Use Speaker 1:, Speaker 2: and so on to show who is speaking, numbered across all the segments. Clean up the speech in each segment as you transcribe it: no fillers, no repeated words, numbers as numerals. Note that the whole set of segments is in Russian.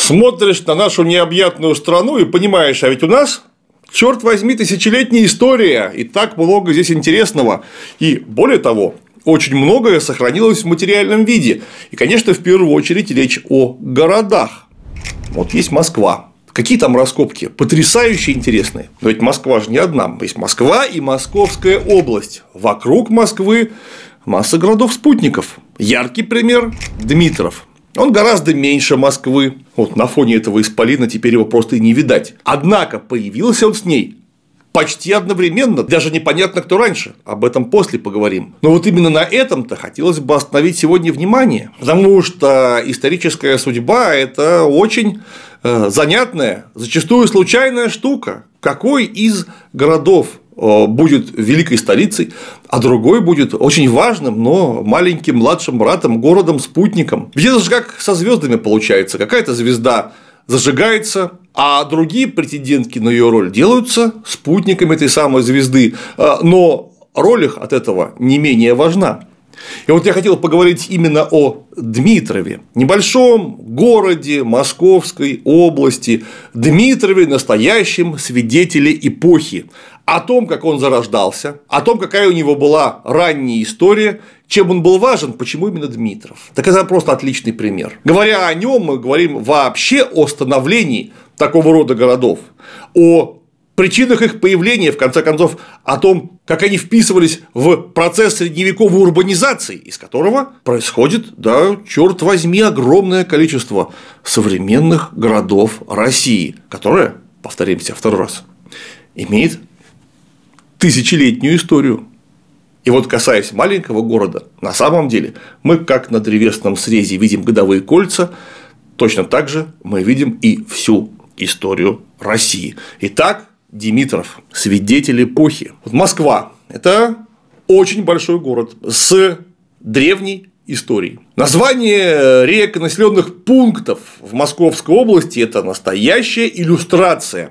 Speaker 1: Смотришь на нашу необъятную страну и понимаешь, а ведь у нас, черт возьми, тысячелетняя история, и так много здесь интересного. И более того, очень многое сохранилось в материальном виде. И, конечно, в первую очередь речь о городах. Вот есть Москва. Какие там раскопки? Потрясающе интересные. Но ведь Москва же не одна. Есть Москва и Московская область. Вокруг Москвы масса городов-спутников. Яркий пример – Дмитров. Он гораздо меньше Москвы. Вот на фоне этого исполина теперь его просто и не видать. Однако появился он с ней почти одновременно. Даже непонятно, кто раньше. Об этом после поговорим. Но вот именно на этом-то хотелось бы остановить сегодня внимание. Потому что историческая судьба – это очень занятная, зачастую случайная штука. Какой из городов будет великой столицей, а другой будет очень важным, но маленьким младшим братом, городом-спутником. Ведь это же как со звездами получается. Какая-то звезда зажигается, а другие претендентки на ее роль делаются спутниками этой самой звезды. Но роль их от этого не менее важна. И вот я хотел поговорить именно о Дмитрове, небольшом городе Московской области, Дмитрове, настоящем свидетеле эпохи, о том, как он зарождался, о том, какая у него была ранняя история, чем он был важен, почему именно Дмитров. Так это просто отличный пример. Говоря о нем, мы говорим вообще о становлении такого рода городов, о причинах их появления, в конце концов, о том, как они вписывались в процесс средневековой урбанизации, из которого происходит, да, черт возьми, огромное количество современных городов России, которая, повторимся второй раз, имеет тысячелетнюю историю. И вот, касаясь маленького города, на самом деле мы, как на древесном срезе, видим годовые кольца, точно так же мы видим и всю историю России. Итак, Димитров – свидетель эпохи. Вот Москва – это очень большой город с древней историей. Название рек и населенных пунктов в Московской области – это настоящая иллюстрация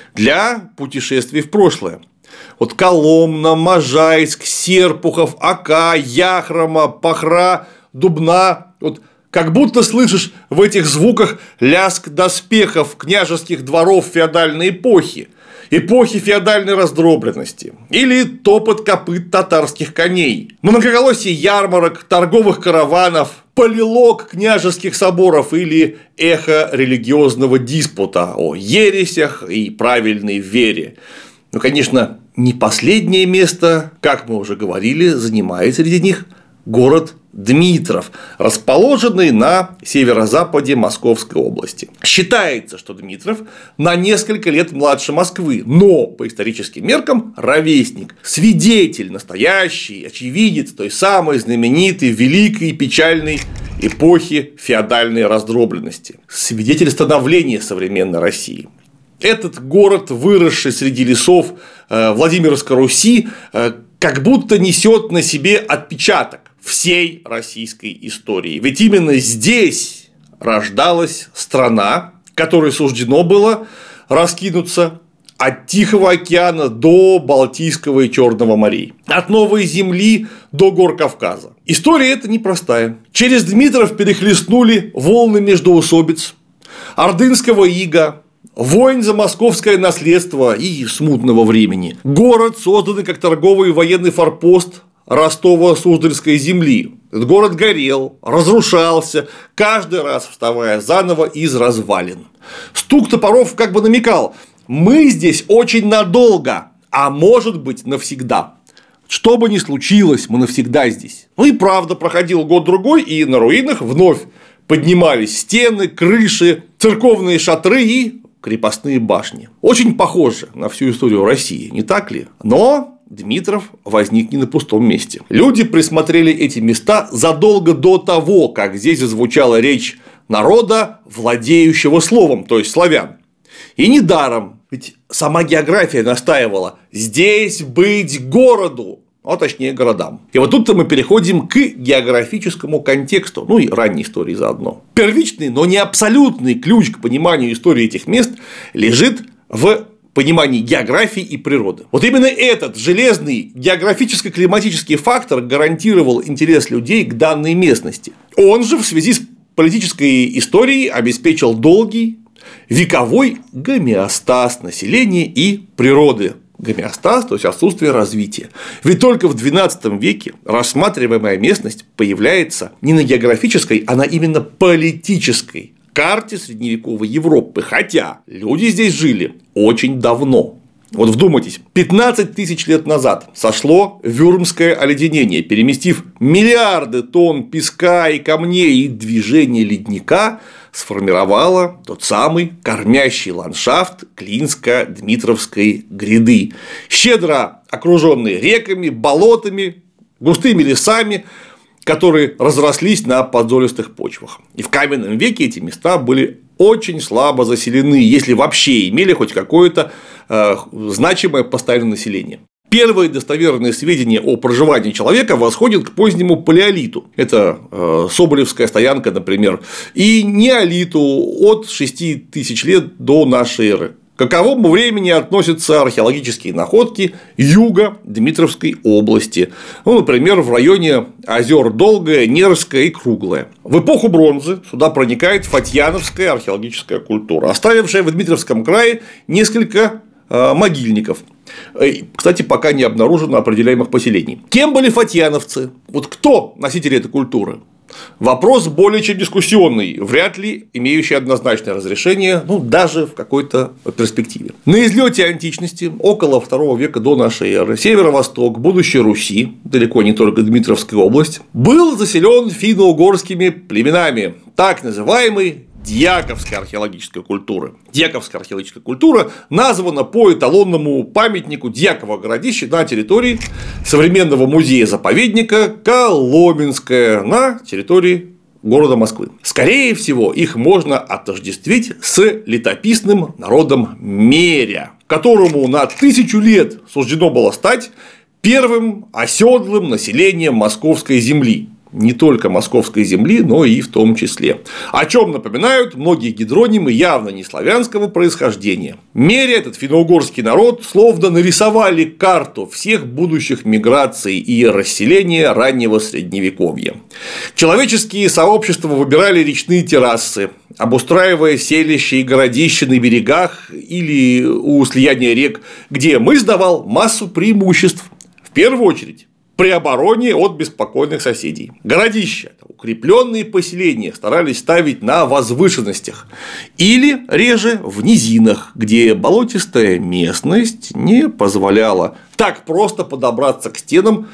Speaker 1: для путешествий в прошлое. Вот Коломна, Можайск, Серпухов, Ока, Яхрома, Пахра, Дубна. Вот как будто слышишь в этих звуках лязг доспехов княжеских дворов феодальной эпохи феодальной раздробленности или топот копыт татарских коней, многоголосие ярмарок, торговых караванов, полилог княжеских соборов или эхо религиозного диспута о ересях и правильной вере. Ну, конечно, не последнее место, как мы уже говорили, занимает среди них город Дмитров, расположенный на северо-западе Московской области. Считается, что Дмитров на несколько лет младше Москвы, но по историческим меркам ровесник, свидетель, настоящий, очевидец той самой знаменитой, великой и печальной эпохи феодальной раздробленности, свидетель становления современной России. Этот город, выросший среди лесов Владимирской Руси, как будто несет на себе отпечаток всей российской истории. Ведь именно здесь рождалась страна, которой суждено было раскинуться от Тихого океана до Балтийского и Черного морей, от Новой Земли до гор Кавказа. История эта непростая. Через Дмитров перехлестнули волны междоусобиц, ордынского ига, войн за московское наследство и смутного времени. Город, созданный как торговый и военный форпост Ростово-Суздальской земли. Этот город горел, разрушался, каждый раз вставая заново из развалин. Стук топоров как бы намекал: мы здесь очень надолго, а может быть навсегда. Что бы ни случилось, мы навсегда здесь. Ну и правда, проходил год-другой, и на руинах вновь поднимались стены, крыши, церковные шатры и крепостные башни. Очень похоже на всю историю России, не так ли? Но Дмитров возник не на пустом месте. Люди присмотрели эти места задолго до того, как здесь зазвучала речь народа, владеющего словом, то есть славян. И недаром, ведь сама география настаивала здесь быть городу, а точнее городам. И вот тут-то мы переходим к географическому контексту, ну и ранней истории заодно. Первичный, но не абсолютный ключ к пониманию истории этих мест лежит в понимании географии и природы. Вот именно этот железный географическо-климатический фактор гарантировал интерес людей к данной местности. Он же в связи с политической истории обеспечил долгий вековой гомеостаз населения и природы. Гомеостаз, то есть отсутствие развития. Ведь только в XII веке рассматриваемая местность появляется не на географической, а на именно политической карте средневековой Европы. Хотя люди здесь жили очень давно. Вот вдумайтесь, 15 тысяч лет назад сошло Вюрмское оледенение, переместив миллиарды тонн песка и камней, и движение ледника сформировало тот самый кормящий ландшафт Клинско-Дмитровской гряды, щедро окруженный реками, болотами, густыми лесами, которые разрослись на подзолистых почвах. И в каменном веке эти места были очень слабо заселены, если вообще имели хоть какое-то значимое постоянное население. Первые достоверные сведения о проживании человека восходят к позднему палеолиту. Это Соболевская стоянка, например, и неолиту от 6000 лет до нашей эры. К каковому времени относятся археологические находки юга Дмитровской области, ну, например, в районе озер Долгое, Нерское и Круглое. В эпоху бронзы сюда проникает фатьяновская археологическая культура, оставившая в Дмитровском крае несколько могильников. Кстати, пока не обнаружено определяемых поселений. Кем были фатьяновцы? Вот кто носители этой культуры? Вопрос более чем дискуссионный, вряд ли имеющий однозначное разрешение, ну, даже в какой-то перспективе. На излете античности, около II века до нашей эры, северо-восток будущей Руси, далеко не только Дмитровская область, был заселен финно-угорскими племенами, так называемый Дьяковская археологическая культура. Дьяковская археологическая культура названа по эталонному памятнику Дьяково городище на территории современного музея-заповедника Коломенское на территории города Москвы. Скорее всего, их можно отождествить с летописным народом Меря, которому на 1000 лет суждено было стать первым оседлым населением московской земли. Не только московской земли, но и в том числе. О чем напоминают многие гидронимы явно не славянского происхождения. Меря, этот финно-угорский народ, словно нарисовали карту всех будущих миграций и расселения раннего средневековья. Человеческие сообщества выбирали речные террасы, обустраивая селища и городища на берегах или у слияния рек, где мыс давал массу преимуществ. В первую очередь при обороне от беспокойных соседей. Городища, укрепленные поселения старались ставить на возвышенностях или реже в низинах, где болотистая местность не позволяла так просто подобраться к стенам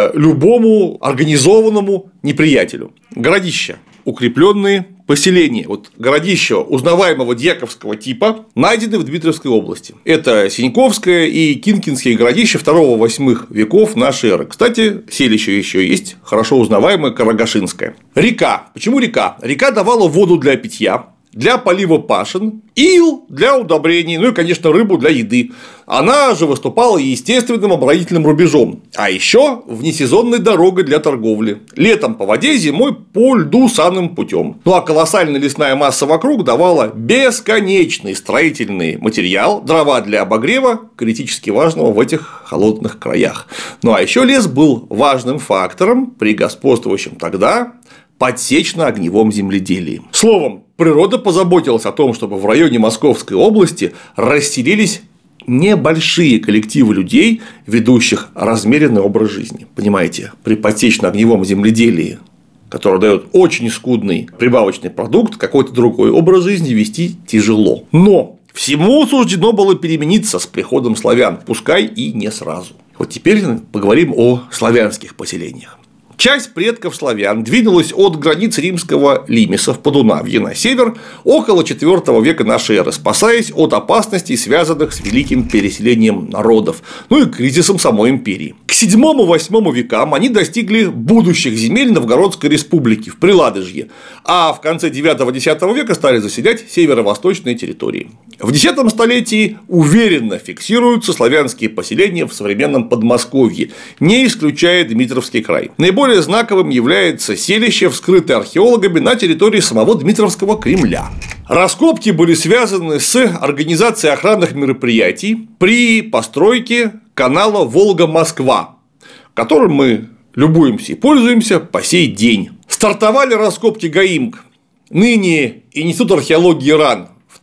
Speaker 1: любому организованному неприятелю. Городища, укрепленные поселения. Вот городища узнаваемого дьяковского типа найдены в Дмитровской области. Это Синьковское и Кинкинские городища 2-8 веков нашей эры. Кстати, селище еще есть, хорошо узнаваемое Карагашинское. Река. Почему река? Река давала воду для питья, для полива пашин, ил для удобрений, ну и, конечно, рыбу для еды. Она же выступала естественным оборонительным рубежом, а еще внесезонной дорогой для торговли. Летом по воде, зимой по льду санным путем. Ну а колоссальная лесная масса вокруг давала бесконечный строительный материал, дрова для обогрева, критически важного в этих холодных краях. Ну а еще лес был важным фактором при господствующем тогда подсечно-огневом земледелии. Словом, природа позаботилась о том, чтобы в районе Московской области расселились небольшие коллективы людей, ведущих размеренный образ жизни. Понимаете, при подсечно-огневом земледелии, которое дает очень скудный прибавочный продукт, какой-то другой образ жизни вести тяжело. Но всему суждено было перемениться с приходом славян, пускай и не сразу. Вот теперь поговорим о славянских поселениях. Часть предков славян двинулась от границ римского Лимеса в Подунавье на север около IV века нашей эры, спасаясь от опасностей, связанных с великим переселением народов, ну и кризисом самой империи. К VII-VIII векам они достигли будущих земель Новгородской республики в Приладожье, а в конце IX-X века стали заселять северо-восточные территории. В X столетии уверенно фиксируются славянские поселения в современном Подмосковье, не исключая Дмитровский край. Наиболее знаковым является селище, вскрытое археологами на территории самого Дмитровского Кремля. Раскопки были связаны с организацией охранных мероприятий при постройке канала Волга-Москва, которым мы любуемся и пользуемся по сей день. Стартовали раскопки ГАИМК ныне Институт археологии РАН, в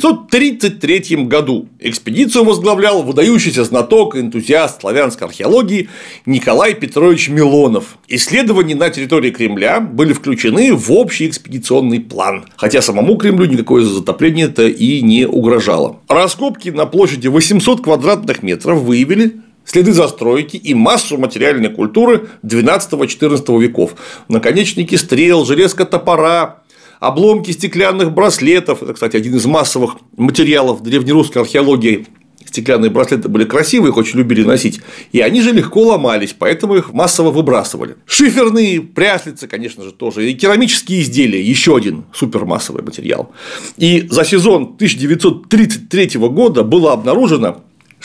Speaker 1: 1933 году экспедицию возглавлял выдающийся знаток и энтузиаст славянской археологии Николай Петрович Милонов. Исследования на территории Кремля были включены в общий экспедиционный план, хотя самому Кремлю никакое затопление-то и не угрожало. Раскопки на площади 800 квадратных метров выявили следы застройки и массу материальной культуры XII-XIV веков. Наконечники стрел, железка топора, обломки стеклянных браслетов. Это, кстати, один из массовых материалов древнерусской археологии. Стеклянные браслеты были красивые, их очень любили носить. И они же легко ломались, поэтому их массово выбрасывали. Шиферные пряслицы, конечно же, тоже. И керамические изделия – еще один супермассовый материал. И за сезон 1933 года было обнаружено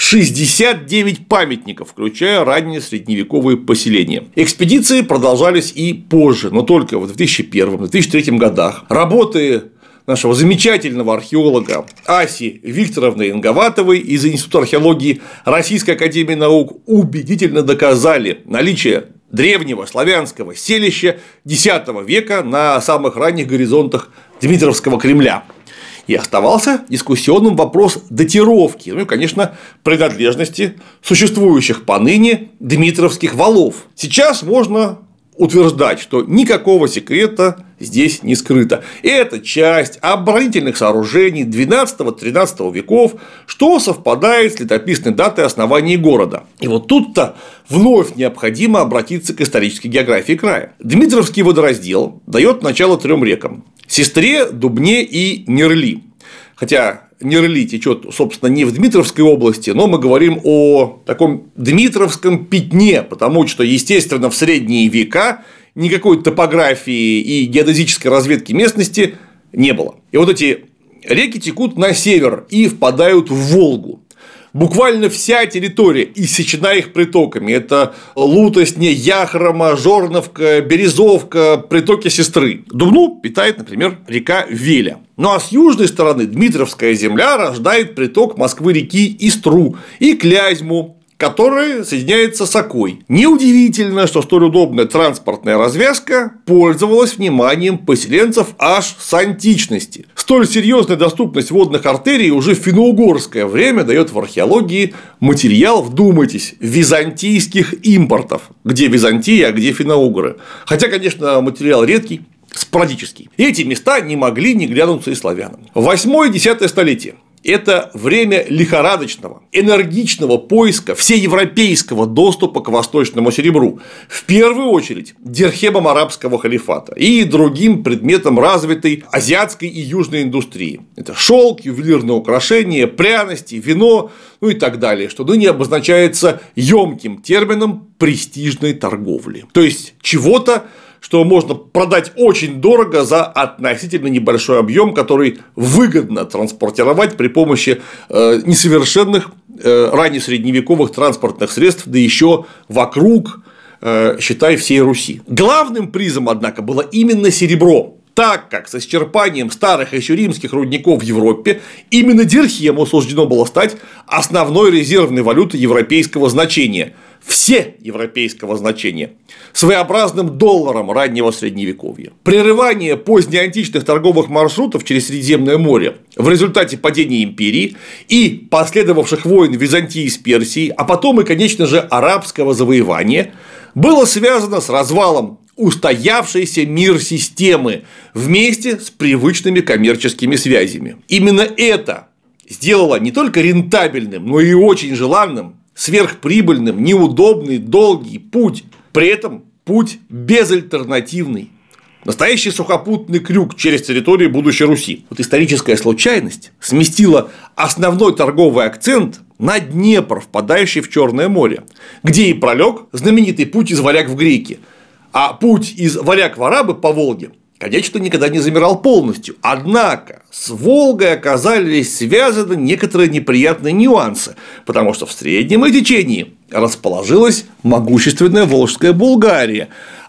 Speaker 1: 69 памятников, включая ранние средневековые поселения. Экспедиции продолжались и позже, но только в 2001-2003 годах. Работы нашего замечательного археолога Аси Викторовны Инговатовой из Института археологии Российской академии наук убедительно доказали наличие древнего славянского селища X века на самых ранних горизонтах Дмитровского Кремля. И оставался дискуссионным вопрос датировки, ну и, конечно, принадлежности существующих поныне дмитровских валов. Сейчас можно утверждать, что никакого секрета здесь не скрыто. Это часть оборонительных сооружений XII-XIII веков, что совпадает с летописной датой основания города. И вот тут-то вновь необходимо обратиться к исторической географии края. Дмитровский водораздел дает начало 3 рекам – Сестре, Дубне и Нерли. Хотя Нерли течет, собственно, не в Дмитровской области, но мы говорим о таком Дмитровском пятне, потому что, естественно, в средние века никакой топографии и геодезической разведки местности не было. И вот эти реки текут на север и впадают в Волгу. Буквально вся территория иссечена их притоками. Это Лутосня, Яхрома, Жорновка, Березовка, притоки Сестры. Дубну питает, например, река Веля. Ну а с южной стороны Дмитровская земля рождает приток Москвы-реки Истру и Клязьму, которая соединяется с Окой. Неудивительно, что столь удобная транспортная развязка пользовалась вниманием поселенцев аж с античности. Столь серьезная доступность водных артерий уже в финно-угорское время дает в археологии материал, вдумайтесь, византийских импортов. Где Византия, а где финно-угры. Хотя, конечно, материал редкий, спорадический. Эти места не могли не глянуться и славянам. 8-10 столетие. Это время лихорадочного, энергичного поиска всеевропейского доступа к восточному серебру, в первую очередь дирхемам арабского халифата и другим предметам развитой азиатской и южной индустрии. Это шелк, ювелирные украшения, пряности, вино, ну и так далее, что ныне обозначается емким термином престижной торговли. То есть чего-то, что можно продать очень дорого за относительно небольшой объем, который выгодно транспортировать при помощи несовершенных раннесредневековых транспортных средств, да еще вокруг, считай, всей Руси. Главным призом, однако, было именно серебро. Так как с исчерпанием старых еще римских рудников в Европе именно дирхему суждено было стать основной резервной валютой европейского значения, всеевропейского значения, своеобразным долларом раннего средневековья. Прерывание позднеантичных торговых маршрутов через Средиземное море в результате падения империи и последовавших войн Византии с Персией, а потом и, конечно же, арабского завоевания, было связано с развалом устоявшейся мир-системы вместе с привычными коммерческими связями. Именно это сделало не только рентабельным, но и очень желанным, сверхприбыльным, неудобный, долгий путь, при этом путь безальтернативный. Настоящий сухопутный крюк через территорию будущей Руси. Вот историческая случайность сместила основной торговый акцент на Днепр, впадающий в Черное море, где и пролег знаменитый путь из Варяг в Греки. А путь из Варяг в Арабы по Волге, конечно, никогда не замирал полностью. Однако с Волгой оказались связаны некоторые неприятные нюансы, потому что в среднем ее течении расположилась могущественная Волжская Булгария,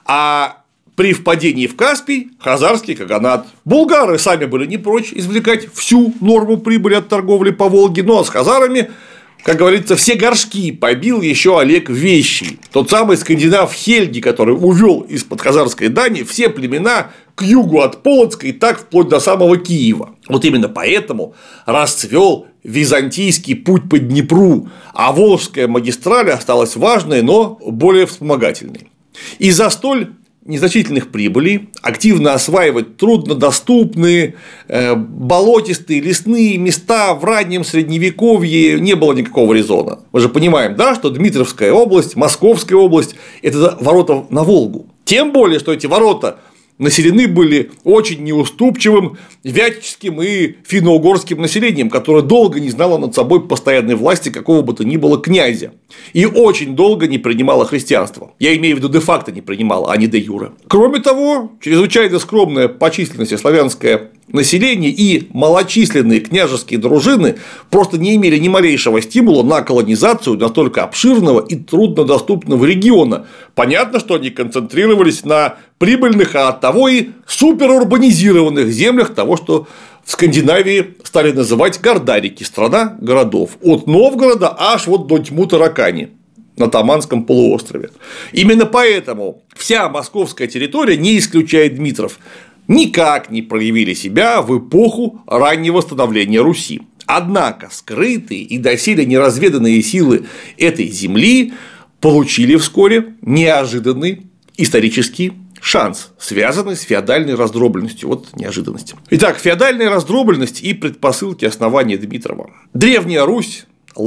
Speaker 1: а при впадении в Каспий – хазарский каганат. Булгары сами были не прочь извлекать всю норму прибыли от торговли по Волге, ну а с хазарами, как говорится, все горшки побил еще Олег Вещий, тот самый скандинав Хельги, который увел из-под хазарской дани все племена к югу от Полоцка и так вплоть до самого Киева. Вот именно поэтому расцвел византийский путь по Днепру, а Волжская магистраль осталась важной, но более вспомогательной. Из-за столь незначительных прибылей активно осваивать труднодоступные, болотистые, лесные места в раннем Средневековье не было никакого резона. Мы же понимаем, да, что Дмитровская область, Московская область – это ворота на Волгу. Тем более, что эти ворота населены были очень неуступчивым вятическим и финно-угорским населением, которое долго не знало над собой постоянной власти какого бы то ни было князя и очень долго не принимало христианство. Я имею в виду де-факто не принимало, а не де-юре. Кроме того, чрезвычайно скромное по численности славянское население и малочисленные княжеские дружины просто не имели ни малейшего стимула на колонизацию настолько обширного и труднодоступного региона. Понятно, что они концентрировались на прибыльных, а оттого и суперурбанизированных землях того, что в Скандинавии стали называть Гордарики – страна городов. От Новгорода аж вот до Тьму-Таракани на Таманском полуострове. Именно поэтому вся московская территория, не исключая Дмитров, никак не проявили себя в эпоху раннего становления Руси. Однако скрытые и доселе неразведанные силы этой земли получили вскоре неожиданный исторический шанс, связанный с феодальной раздробленностью. Вот неожиданность. Итак, феодальная раздробленность и предпосылки основания Дмитрова. Древняя Русь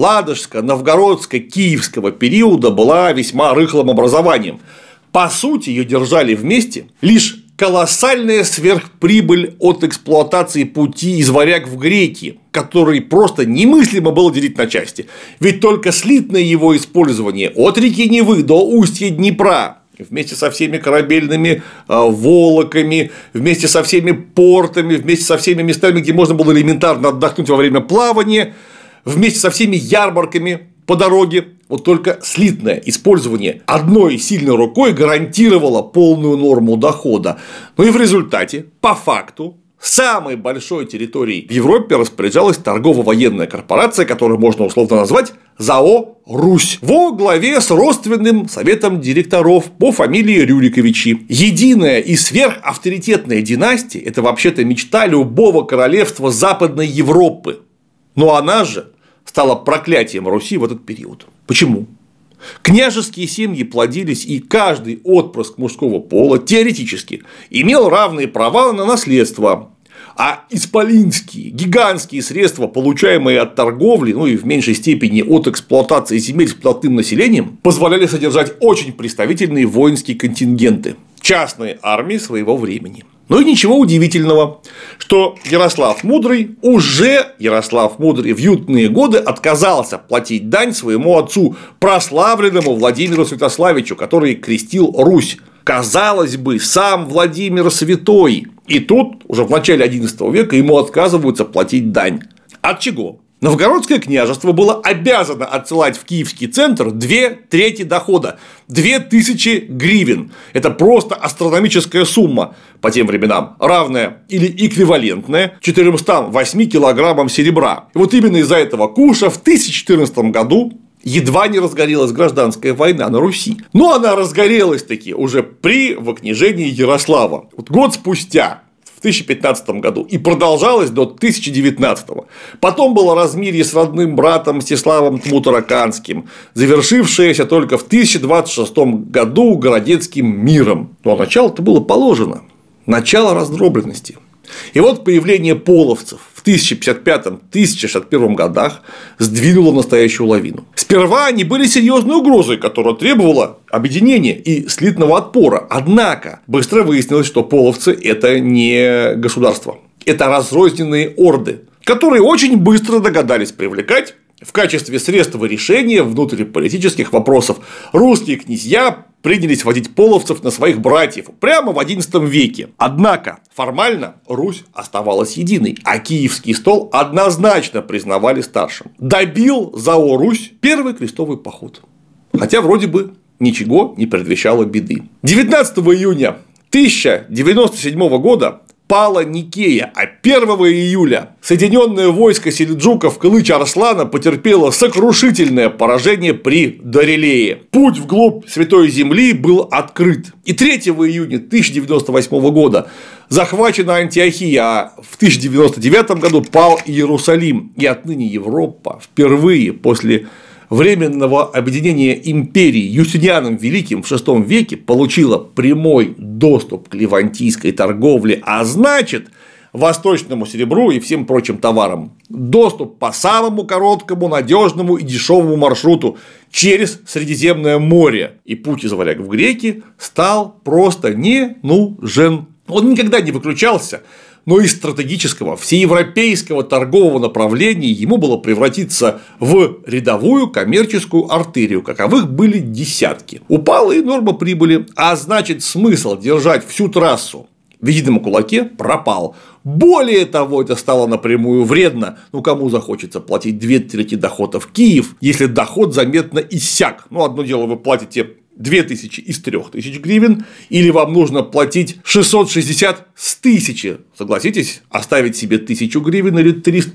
Speaker 1: Ладожско-Новгородско-Киевского периода была весьма рыхлым образованием. По сути, ее держали вместе лишь колоссальная сверхприбыль от эксплуатации пути из Варяг в Греки, который просто немыслимо было делить на части. Ведь только слитное его использование от реки Невы до устья Днепра, вместе со всеми корабельными волоками, вместе со всеми портами, вместе со всеми местами, где можно было элементарно отдохнуть во время плавания, вместе со всеми ярмарками по дороге, вот только слитное использование одной сильной рукой гарантировало полную норму дохода. Ну и в результате, по факту, самой большой территорией в Европе распоряжалась торгово-военная корпорация, которую можно условно назвать ЗАО «Русь» во главе с родственным советом директоров по фамилии Рюриковичи. Единая и сверхавторитетная династия – это вообще-то мечта любого королевства Западной Европы. Но она же стала проклятием Руси в этот период. Почему? Княжеские семьи плодились, и каждый отпрыск мужского пола теоретически имел равные права на наследство, а исполинские, гигантские средства, получаемые от торговли, ну и в меньшей степени от эксплуатации земель с плотным населением, позволяли содержать очень представительные воинские контингенты, частные армии своего времени. Ну и ничего удивительного, что Ярослав Мудрый в ютные годы отказался платить дань своему отцу, прославленному Владимиру Святославичу, который крестил Русь. Казалось бы, сам Владимир Святой. И тут, уже в начале XI века, ему отказываются платить дань. От чего? Новгородское княжество было обязано отсылать в киевский центр 2/3 дохода – 2000 гривен. Это просто астрономическая сумма по тем временам, равная или эквивалентная 408 килограммам серебра. И вот именно из-за этого куша в 1014 году едва не разгорелась гражданская война на Руси. Но она разгорелась таки уже при вокнижении Ярослава. Вот год спустя, в 1015 году, и продолжалось до 1019. Потом было размирье с родным братом Мстиславом Тьму-Тараканским, завершившееся только в 1026 году Городецким миром. Но начало-то было положено. Начало раздробленности. И вот появление половцев в 1055-1061 годах сдвинуло настоящую лавину. Сперва они были серьезной угрозой, которая требовала объединения и слитного отпора. Однако быстро выяснилось, что половцы – это не государство, это разрозненные орды, которые очень быстро догадались привлекать в качестве средства решения внутриполитических вопросов. Русские князья принялись водить половцев на своих братьев прямо в XI веке. Однако формально Русь оставалась единой, а Киевский стол однозначно признавали старшим. Добил ЗАО «Русь» первый крестовый поход. Хотя вроде бы ничего не предвещало беды. 19 июня 1097 года пала Никея, а 1 июля соединенное войско сельджуков Кылыч-Арслана потерпело сокрушительное поражение при Дарелее. Путь вглубь Святой Земли был открыт. И 3 июня 1098 года захвачена Антиохия, а в 1099 году пал Иерусалим. И отныне Европа впервые после временного объединения империи Юстинианом Великим в VI веке получила прямой доступ к ливантийской торговле, а значит, восточному серебру и всем прочим товарам доступ по самому короткому, надежному и дешевому маршруту через Средиземное море. И путь из варяг в греки стал просто не нужен. Он никогда не выключался, но из стратегического всеевропейского торгового направления ему было превратиться в рядовую коммерческую артерию, каковых были десятки. Упала и норма прибыли, а значит, смысл держать всю трассу в едином кулаке пропал. Более того, это стало напрямую вредно. Кому захочется платить 2/3 дохода в Киев, если доход заметно иссяк? Одно дело, вы платите 2000 из 3000 гривен, или вам нужно платить 660 с 1000. Согласитесь, оставить себе 1000 гривен или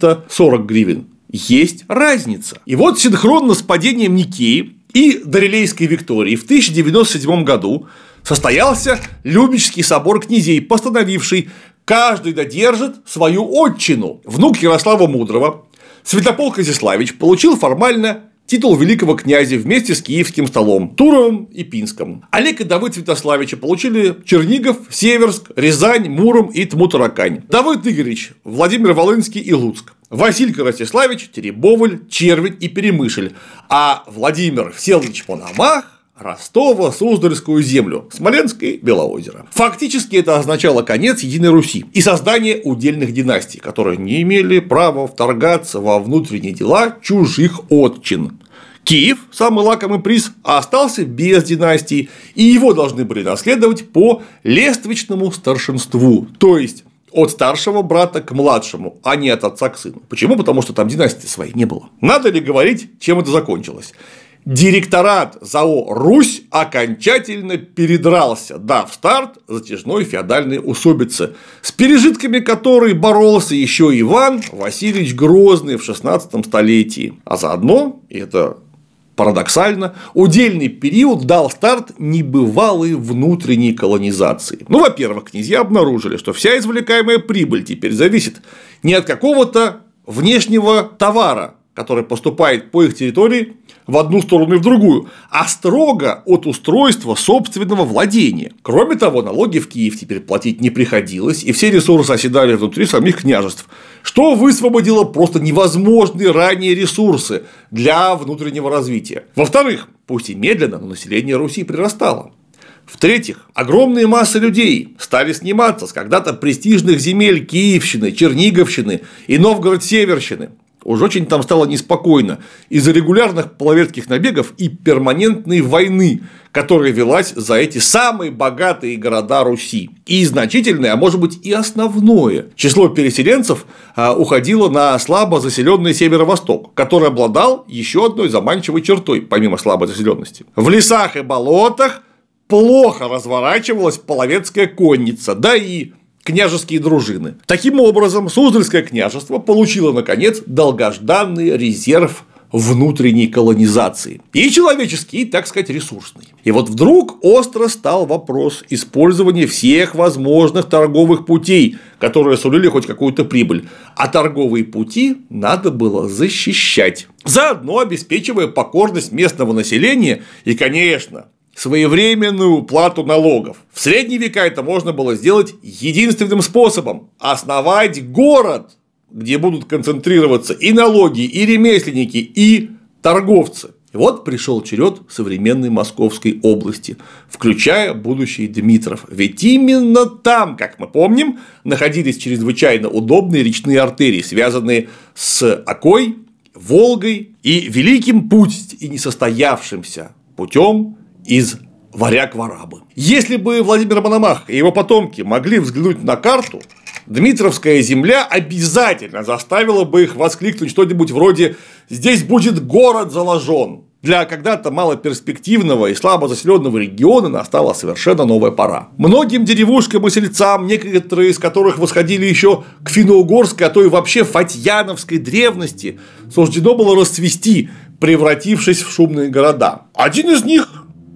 Speaker 1: 340 гривен. Есть разница. И вот синхронно с падением Никеи и Дорилейской Виктории в 1097 году состоялся Любечский собор князей, постановивший: каждый додержит свою отчину. Внук Ярослава Мудрого, Святополк Изяславич, получил формально титул великого князя вместе с Киевским столом, Туровым и Пинском. Олег и Давыд Святославича получили Чернигов, Северск, Рязань, Муром и Тмутаракань. Давыд Игоревич – Владимир Волынский и Луцк. Василий Ростиславич – Теребовль, Червень и Перемышль. А Владимир Всеволодович Мономах – Ростова, Суздальскую землю, Смоленск и Белоозеро. Фактически это означало конец Единой Руси и создание удельных династий, которые не имели права вторгаться во внутренние дела чужих отчин. Киев, самый лакомый приз, остался без династии, и его должны были наследовать по лествичному старшинству, то есть от старшего брата к младшему, а не от отца к сыну. Почему? Потому что там династии своей не было. Надо ли говорить, чем это закончилось? Директорат ЗАО «Русь» окончательно передрался, дав старт затяжной феодальной усобице, с пережитками которой боролся еще Иван Васильевич Грозный в XVI столетии. А заодно, и это парадоксально, удельный период дал старт небывалой внутренней колонизации. Во-первых, князья обнаружили, что вся извлекаемая прибыль теперь зависит не от какого-то внешнего товара, который поступает по их территории в одну сторону и в другую, а строго от устройства собственного владения. Кроме того, налоги в Киев теперь платить не приходилось, и все ресурсы оседали внутри самих княжеств, что высвободило просто невозможные ранее ресурсы для внутреннего развития. Во-вторых, пусть и медленно, но население Руси прирастало. В-третьих, огромные массы людей стали сниматься с когда-то престижных земель Киевщины, Черниговщины и Новгород-Северщины. Уж очень там стало неспокойно из-за регулярных половецких набегов и перманентной войны, которая велась за эти самые богатые города Руси. И значительное, а может быть и основное число переселенцев уходило на слабо заселенный северо-восток, который обладал еще одной заманчивой чертой, помимо слабой заселенности. В лесах и болотах плохо разворачивалась половецкая конница, да и княжеские дружины. Таким образом, Суздальское княжество получило, наконец, долгожданный резерв внутренней колонизации. И человеческий, и, так сказать, ресурсный. И вот вдруг остро стал вопрос использования всех возможных торговых путей, которые сулили хоть какую-то прибыль. А торговые пути надо было защищать, заодно обеспечивая покорность местного населения и, конечно, своевременную уплату налогов. В средние века это можно было сделать единственным способом – основать город, где будут концентрироваться и налоги, и ремесленники, и торговцы. И вот пришел черед современной Московской области, включая будущий Дмитров. Ведь именно там, как мы помним, находились чрезвычайно удобные речные артерии, связанные с Окой, Волгой и великим путь и несостоявшимся путем из варяг в арабы. Если бы Владимир Мономах и его потомки могли взглянуть на карту, Дмитровская земля обязательно заставила бы их воскликнуть что-нибудь вроде «здесь будет город заложен». Для когда-то малоперспективного и слабо заселенного региона настала совершенно новая пора. Многим деревушкам и сельцам, некоторые из которых восходили еще к финно-угорской, а то и вообще фатьяновской древности, суждено было расцвести, превратившись в шумные города. Один из них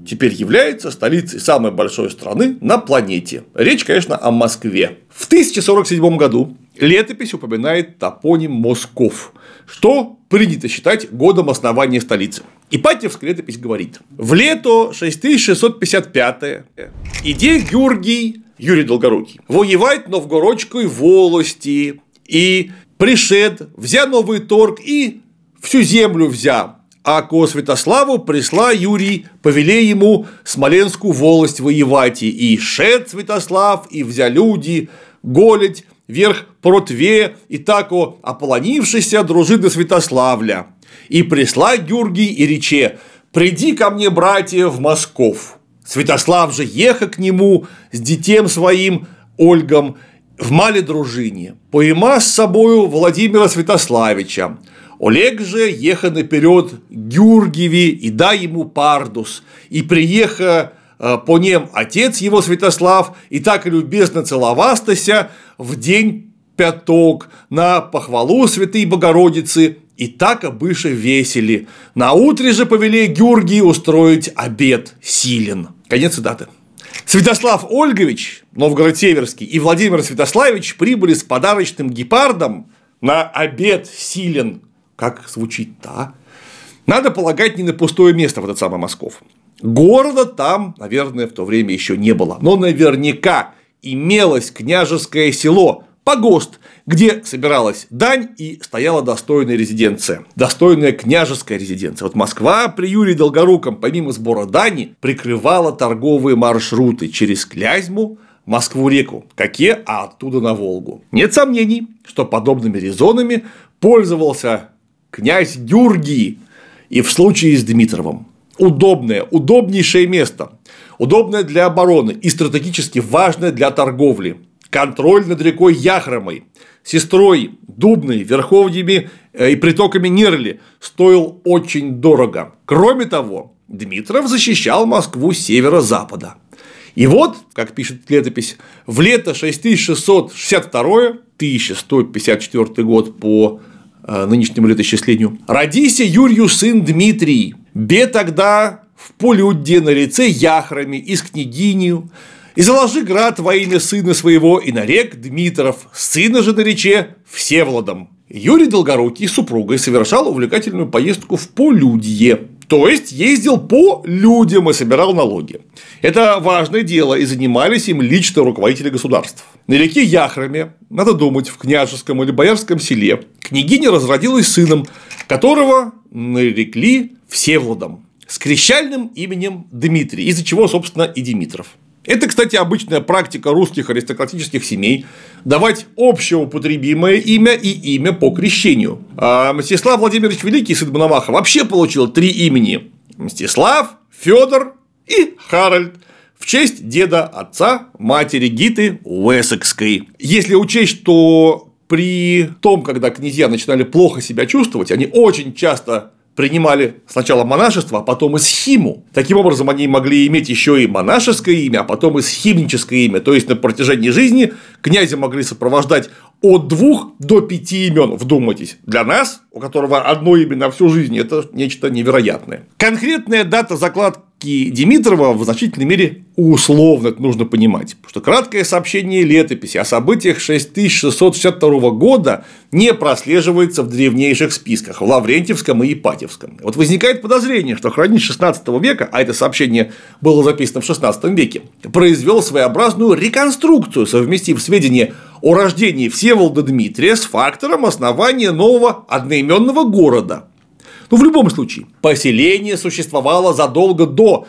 Speaker 1: теперь является столицей самой большой страны на планете. Речь, конечно, о Москве. В 1047 году летопись упоминает топоним Москов, что принято считать годом основания столицы. Ипатьевская летопись говорит: в лето 6655 иде Георгий, Юрий Долгорукий, воевать Новгородской волости, и пришед, взя новый торг и всю землю взя. А ко Святославу присла Юрий, повеле ему Смоленскую волость воевать, и шед Святослав, и взя люди, голить верх протве, и тако ополонившися дружины Святославля. И присла Георгий и рече: приди ко мне, братья, в Москов. Святослав же еха к нему с детем своим Ольгом в мале дружине, поима с собою Владимира Святославича. Олег же еха наперед Георгиеви и да ему пардус, и приеха по нем отец его Святослав, и так и любезно целовастася в день пяток на похвалу Святой Богородицы, и так обыше весели. На утре же повели Георгий устроить обед силен. Конец цитаты. Святослав Ольгович, Новгород-Северский, и Владимир Святославич прибыли с подарочным гепардом на обед силен. Как звучит-то, а? Надо полагать, не на пустое место в этот самый Москов. Города там, наверное, в то время еще не было, но наверняка имелось княжеское село, погост, где собиралась дань и стояла достойная резиденция, достойная княжеская резиденция. Вот Москва при Юрии Долгоруком, помимо сбора дани, прикрывала торговые маршруты через Клязьму, Москву-реку, к Оке, а оттуда на Волгу. Нет сомнений, что подобными резонами пользовался князь Георгий и в случае с Дмитровым. Удобнейшее место, удобное для обороны и стратегически важное для торговли. Контроль над рекой Яхромой, сестрой Дубной, верховьями и притоками Нерли стоил очень дорого. Кроме того, Дмитров защищал Москву с северо-запада. И вот, как пишет летопись, в лето 6662-1154 год по нынешнему летоисчислению, родися Юрию сын Дмитрий, бе тогда в полюдде на реце Яхроме и с княгинью, и заложи град во имя сына своего, и нарек Дмитров, сына же нарече Всеволодом. Юрий Долгорукий с супругой совершал увлекательную поездку в полюдье, то есть ездил по людям и собирал налоги. Это важное дело, и занимались им лично руководители государств. На реке Яхроме, надо думать, в княжеском или боярском селе, княгиня разродилась сыном, которого нарекли Всеволодом, с крещальным именем Дмитрий, из-за чего, собственно, и Димитров. Это, кстати, обычная практика русских аристократических семей – давать общеупотребимое имя и имя по крещению. А Мстислав Владимирович Великий, сын Мономаха, вообще получил 3 имени – Мстислав, Федор и Харальд, в честь деда, отца, матери Гиты Уэссекской. Если учесть, что при том, когда князья начинали плохо себя чувствовать, они очень часто принимали сначала монашество, а потом и схиму. Таким образом, они могли иметь еще и монашеское имя, а потом и схимническое имя. То есть на протяжении жизни князя могли сопровождать от 2 до 5 имен. Вдумайтесь, для нас, у которого одно имя на всю жизнь, это нечто невероятное. Конкретная дата закладки Димитрова в значительной мере условно, это нужно понимать, потому что краткое сообщение летописи о событиях 6662 года не прослеживается в древнейших списках в Лаврентьевском и Ипатьевском. Вот возникает подозрение, что хранитель XVI века, а это сообщение было записано в XVI веке, произвел своеобразную реконструкцию, совместив сведения о рождении Всеволода Дмитрия с фактором основания нового одноименного города. Но в любом случае, поселение существовало задолго до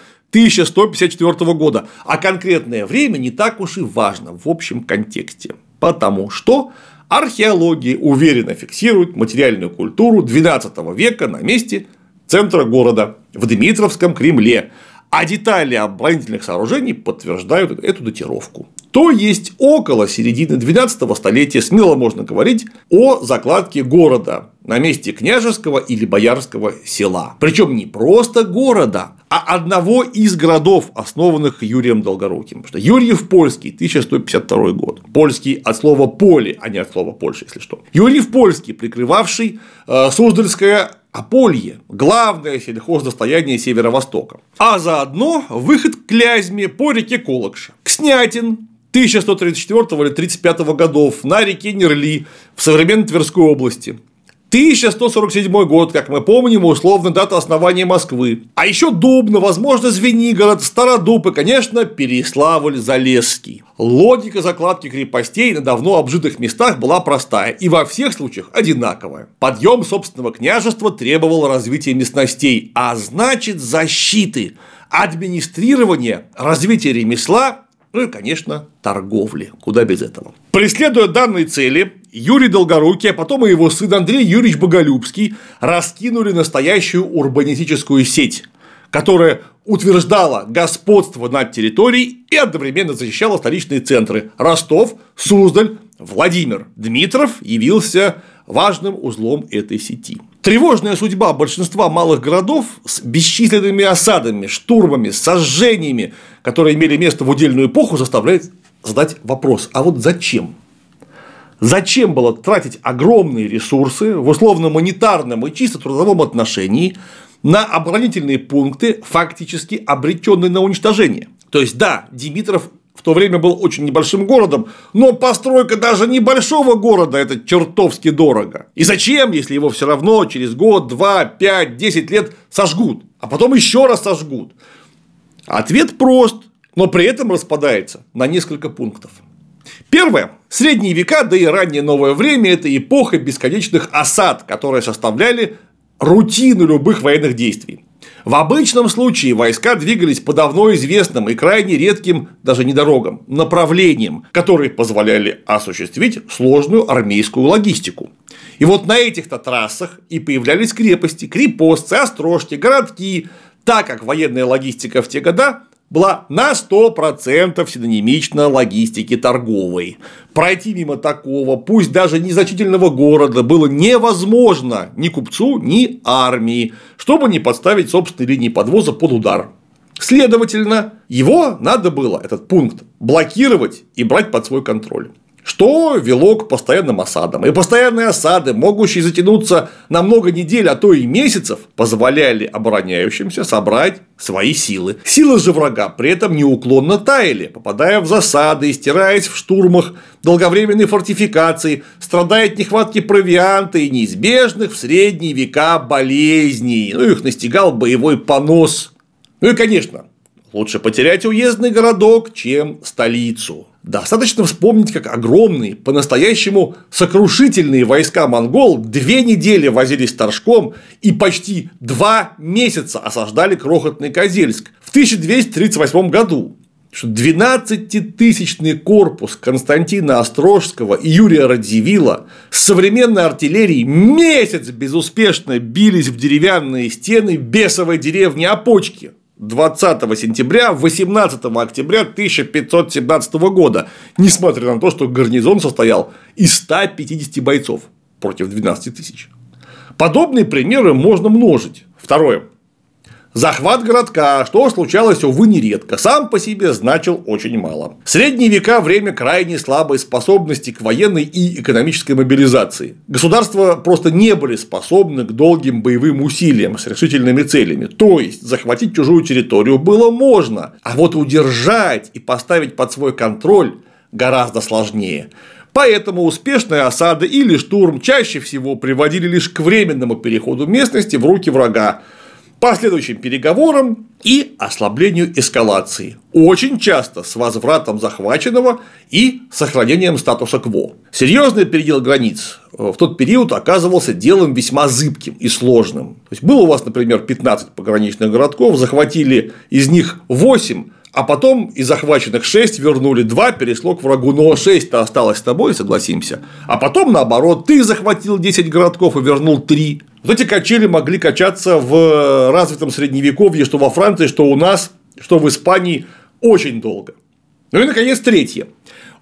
Speaker 1: 1154 года, а конкретное время не так уж и важно в общем контексте, потому что археология уверенно фиксирует материальную культуру XII века на месте центра города в Дмитровском Кремле, а детали оборонительных сооружений подтверждают эту датировку. То есть около середины XII столетия смело можно говорить о закладке города на месте княжеского или боярского села. Причем не просто города, а одного из городов, основанных Юрием Долгоруким. Потому что Юрьев Польский, 1152 год. Польский от слова поле, а не от слова Польша, если что. Юрьев Польский, прикрывавший Суздальское Аполье, главное сельхоздостояние Северо-Востока. А заодно выход к Клязьме по реке Колокша. Кснятин 1134 или 35 годов на реке Нерли в современной Тверской области. 1147 год, как мы помним, условно дата основания Москвы. А еще Дубно, возможно, Звенигород, Стародуб и, конечно, Переславль-Залесский. Логика закладки крепостей на давно обжитых местах была простая и во всех случаях одинаковая. Подъем собственного княжества требовал развития местностей, а значит защиты, администрирования, развития ремесла, ну и, конечно, торговли. Куда без этого. Преследуя данные цели, Юрий Долгорукий, а потом и его сын Андрей Юрьевич Боголюбский раскинули настоящую урбанистическую сеть, которая утверждала господство над территорией и одновременно защищала столичные центры – Ростов, Суздаль, Владимир. Дмитров явился важным узлом этой сети. Тревожная судьба большинства малых городов с бесчисленными осадами, штурмами, сожжениями, которые имели место в удельную эпоху, заставляет задать вопрос: а вот зачем? Зачем было тратить огромные ресурсы в условно-монетарном и чисто трудовом отношении на оборонительные пункты, фактически обреченные на уничтожение? То есть, да, Димитров в то время был очень небольшим городом, но постройка даже небольшого города – это чертовски дорого. И зачем, если его все равно через год, 2, 5, 10 лет сожгут, а потом еще раз сожгут? Ответ прост, но при этом распадается на несколько пунктов. Первое. Средние века, да и раннее новое время – это эпоха бесконечных осад, которые составляли рутину любых военных действий. В обычном случае войска двигались по давно известным и крайне редким, даже не дорогам, направлениям, которые позволяли осуществить сложную армейскую логистику. И вот на этих-то трассах и появлялись крепости, крепостцы, острожки, городки, так как военная логистика в те года была на 100% синонимична логистике торговой. Пройти мимо такого, пусть даже незначительного города, было невозможно ни купцу, ни армии, чтобы не подставить собственные линии подвоза под удар. Следовательно, его надо было, этот пункт, блокировать и брать под свой контроль. Что вело к постоянным осадам. И постоянные осады, могущие затянуться на много недель, а то и месяцев, позволяли обороняющимся собрать свои силы. Силы же врага при этом неуклонно таяли, попадая в засады, стираясь в штурмах долговременной фортификации, страдая от нехватки провианта и неизбежных в средние века болезней. Их настигал боевой понос. Ну и, конечно, лучше потерять уездный городок, чем столицу. Достаточно вспомнить, как огромные, по-настоящему сокрушительные войска монгол 2 недели возились торжком и почти 2 месяца осаждали крохотный Козельск в 1238 году. 12-тысячный корпус Константина Острожского и Юрия Радзивилла с современной артиллерией месяц безуспешно бились в деревянные стены бесовой деревни Опочки 20 сентября 18 октября 1517 года, несмотря на то, что гарнизон состоял из 150 бойцов против 12 тысяч. Подобные примеры можно множить. Второе. Захват городка, что случалось, увы, нередко, сам по себе значил очень мало. В средние века – время крайне слабой способности к военной и экономической мобилизации. Государства просто не были способны к долгим боевым усилиям с решительными целями. То есть, захватить чужую территорию было можно, а вот удержать и поставить под свой контроль гораздо сложнее. Поэтому успешные осады или штурм чаще всего приводили лишь к временному переходу местности в руки врага, последующим переговорам и ослаблению эскалации, очень часто с возвратом захваченного и сохранением статуса кво. Серьезный передел границ в тот период оказывался делом весьма зыбким и сложным. То есть, было у вас, например, 15 пограничных городков, захватили из них 8, а потом из захваченных 6 вернули 2, перешло к врагу, но 6-то осталось с тобой, согласимся. А потом, наоборот, ты захватил 10 городков и вернул 3. Вот эти качели могли качаться в развитом средневековье, что во Франции, что у нас, что в Испании, очень долго. Ну и, наконец, третье.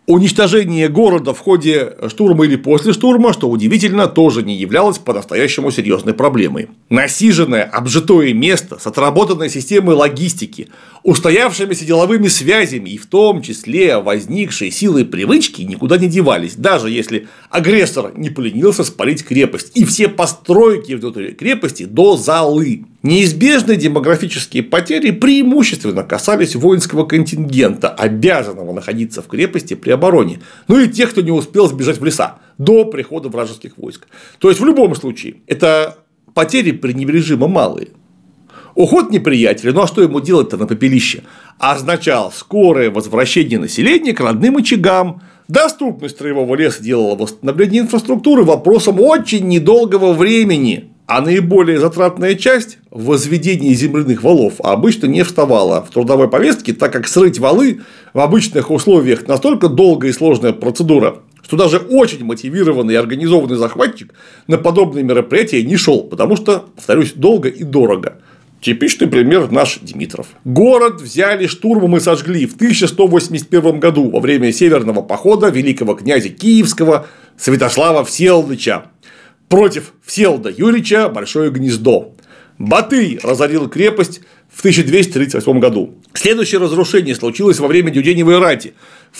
Speaker 1: Уничтожение города в ходе штурма или после штурма, что удивительно, тоже не являлось по-настоящему серьезной проблемой. Насиженное, обжитое место с отработанной системой логистики, устоявшимися деловыми связями и в том числе возникшей силой привычки никуда не девались, даже если агрессор не поленился спалить крепость и все постройки внутри крепости до золы. Неизбежные демографические потери преимущественно касались воинского контингента, обязанного находиться в крепости при обороне, ну и тех, кто не успел сбежать в леса до прихода вражеских войск. То есть в любом случае это потери пренебрежимо малые. Уход неприятеля, ну а что ему делать-то на попелище, означал скорое возвращение населения к родным очагам. Доступность строевого леса делала восстановление инфраструктуры вопросом очень недолгого времени. А наиболее затратная часть – возведение земляных валов обычно не вставала в трудовой повестке, так как срыть валы в обычных условиях настолько долгая и сложная процедура, что даже очень мотивированный и организованный захватчик на подобные мероприятия не шел, потому что, повторюсь, долго и дорого. Типичный пример наш Димитров. Город взяли штурмом и сожгли в 1181 году во время северного похода великого князя Киевского Святослава Всеволодовича против Всеволода Юрьевича Большое Гнездо. Батый разорил крепость в 1238 году. Следующее разрушение случилось во время Дюденевой рати в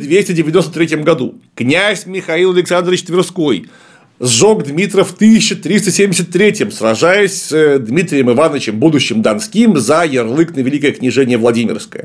Speaker 1: 1293 году. Князь Михаил Александрович Тверской сжег Дмитров в 1373, сражаясь с Дмитрием Ивановичем, будущим Донским, за ярлык на Великое княжение Владимирское.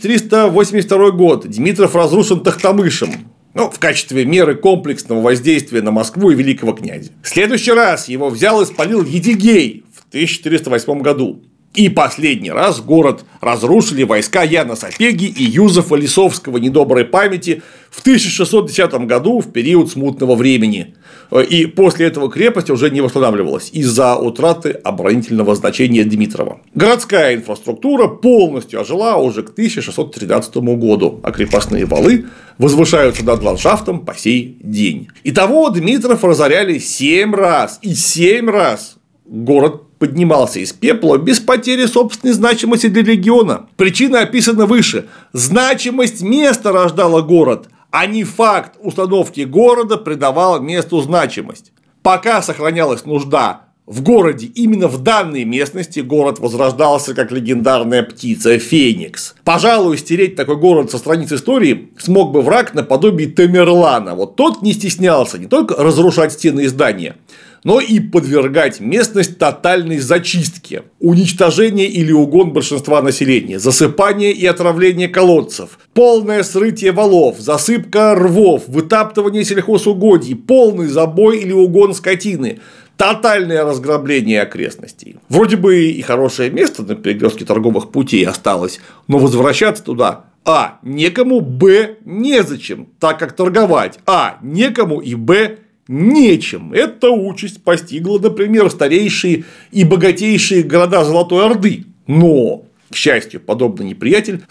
Speaker 1: 1382 год. Дмитров разрушен Тохтамышем. В качестве меры комплексного воздействия на Москву и великого князя. В следующий раз его взял и спалил Едигей в 1408 году. И последний раз город разрушили войска Яна Сапеги и Юзефа Лисовского недоброй памяти в 1610 году в период смутного времени. И после этого крепость уже не восстанавливалась из-за утраты оборонительного значения Дмитрова. Городская инфраструктура полностью ожила уже к 1613 году, а крепостные валы возвышаются над ландшафтом по сей день. Итого Дмитров разоряли 7 раз, и 7 раз город поднимался из пепла без потери собственной значимости для региона. Причина описана выше. Значимость места рождала город, а не факт установки города придавал месту значимость. Пока сохранялась нужда в городе, именно в данной местности город возрождался как легендарная птица Феникс. Пожалуй, стереть такой город со страниц истории смог бы враг наподобие Тамерлана. Вот тот не стеснялся не только разрушать стены и здания, но и подвергать местность тотальной зачистке, уничтожение или угон большинства населения, засыпание и отравление колодцев, полное срытие валов, засыпка рвов, вытаптывание сельхозугодий, полный забой или угон скотины, тотальное разграбление окрестностей. Вроде бы и хорошее место на перекрестке торговых путей осталось, но возвращаться туда а. некому, б. незачем, так как торговать а. некому и б. нечем. Эта участь постигла, например, старейшие и богатейшие города Золотой Орды. Но, к счастью, подобный неприятель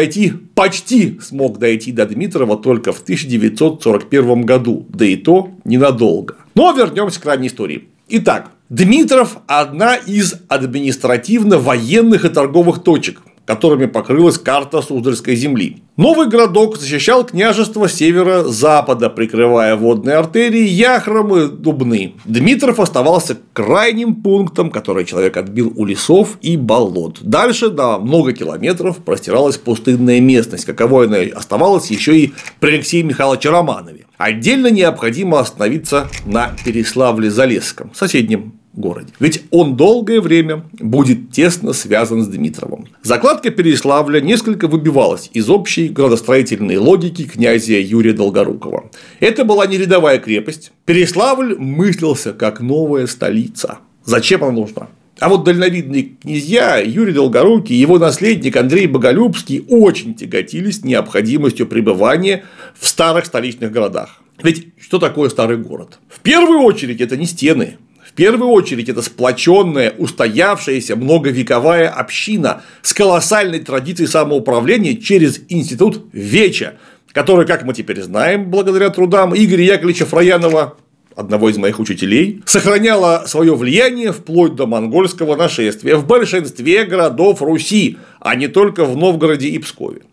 Speaker 1: почти смог дойти до Дмитрова только в 1941 году, да и то ненадолго. Но вернемся к ранней истории. Итак, Дмитров – одна из административно-военных и торговых точек, которыми покрылась карта Суздальской земли. Новый городок защищал княжество с северо-запада, прикрывая водные артерии Яхром и Дубны. Дмитров оставался крайним пунктом, который человек отбил у лесов и болот. Дальше на много километров простиралась пустынная местность, каковой она оставалась еще и при Алексее Михайловиче Романове. Отдельно необходимо остановиться на Переславле-Залесском, соседнем городе. Ведь он долгое время будет тесно связан с Дмитровым. Закладка Переславля несколько выбивалась из общей градостроительной логики князя Юрия Долгорукова. Это была не рядовая крепость. Переславль мыслился как новая столица. Зачем она нужна? А вот дальновидные князья Юрий Долгорукий и его наследник Андрей Боголюбский очень тяготились необходимостью пребывания в старых столичных городах. Ведь что такое старый город? В первую очередь это не стены. В первую очередь это сплоченная, устоявшаяся многовековая община с колоссальной традицией самоуправления через институт Веча, который, как мы теперь знаем, благодаря трудам Игоря Яковлевича Фраянова, одного из моих учителей, сохраняла свое влияние вплоть до монгольского нашествия в большинстве городов Руси, а не только в Новгороде и Пскове.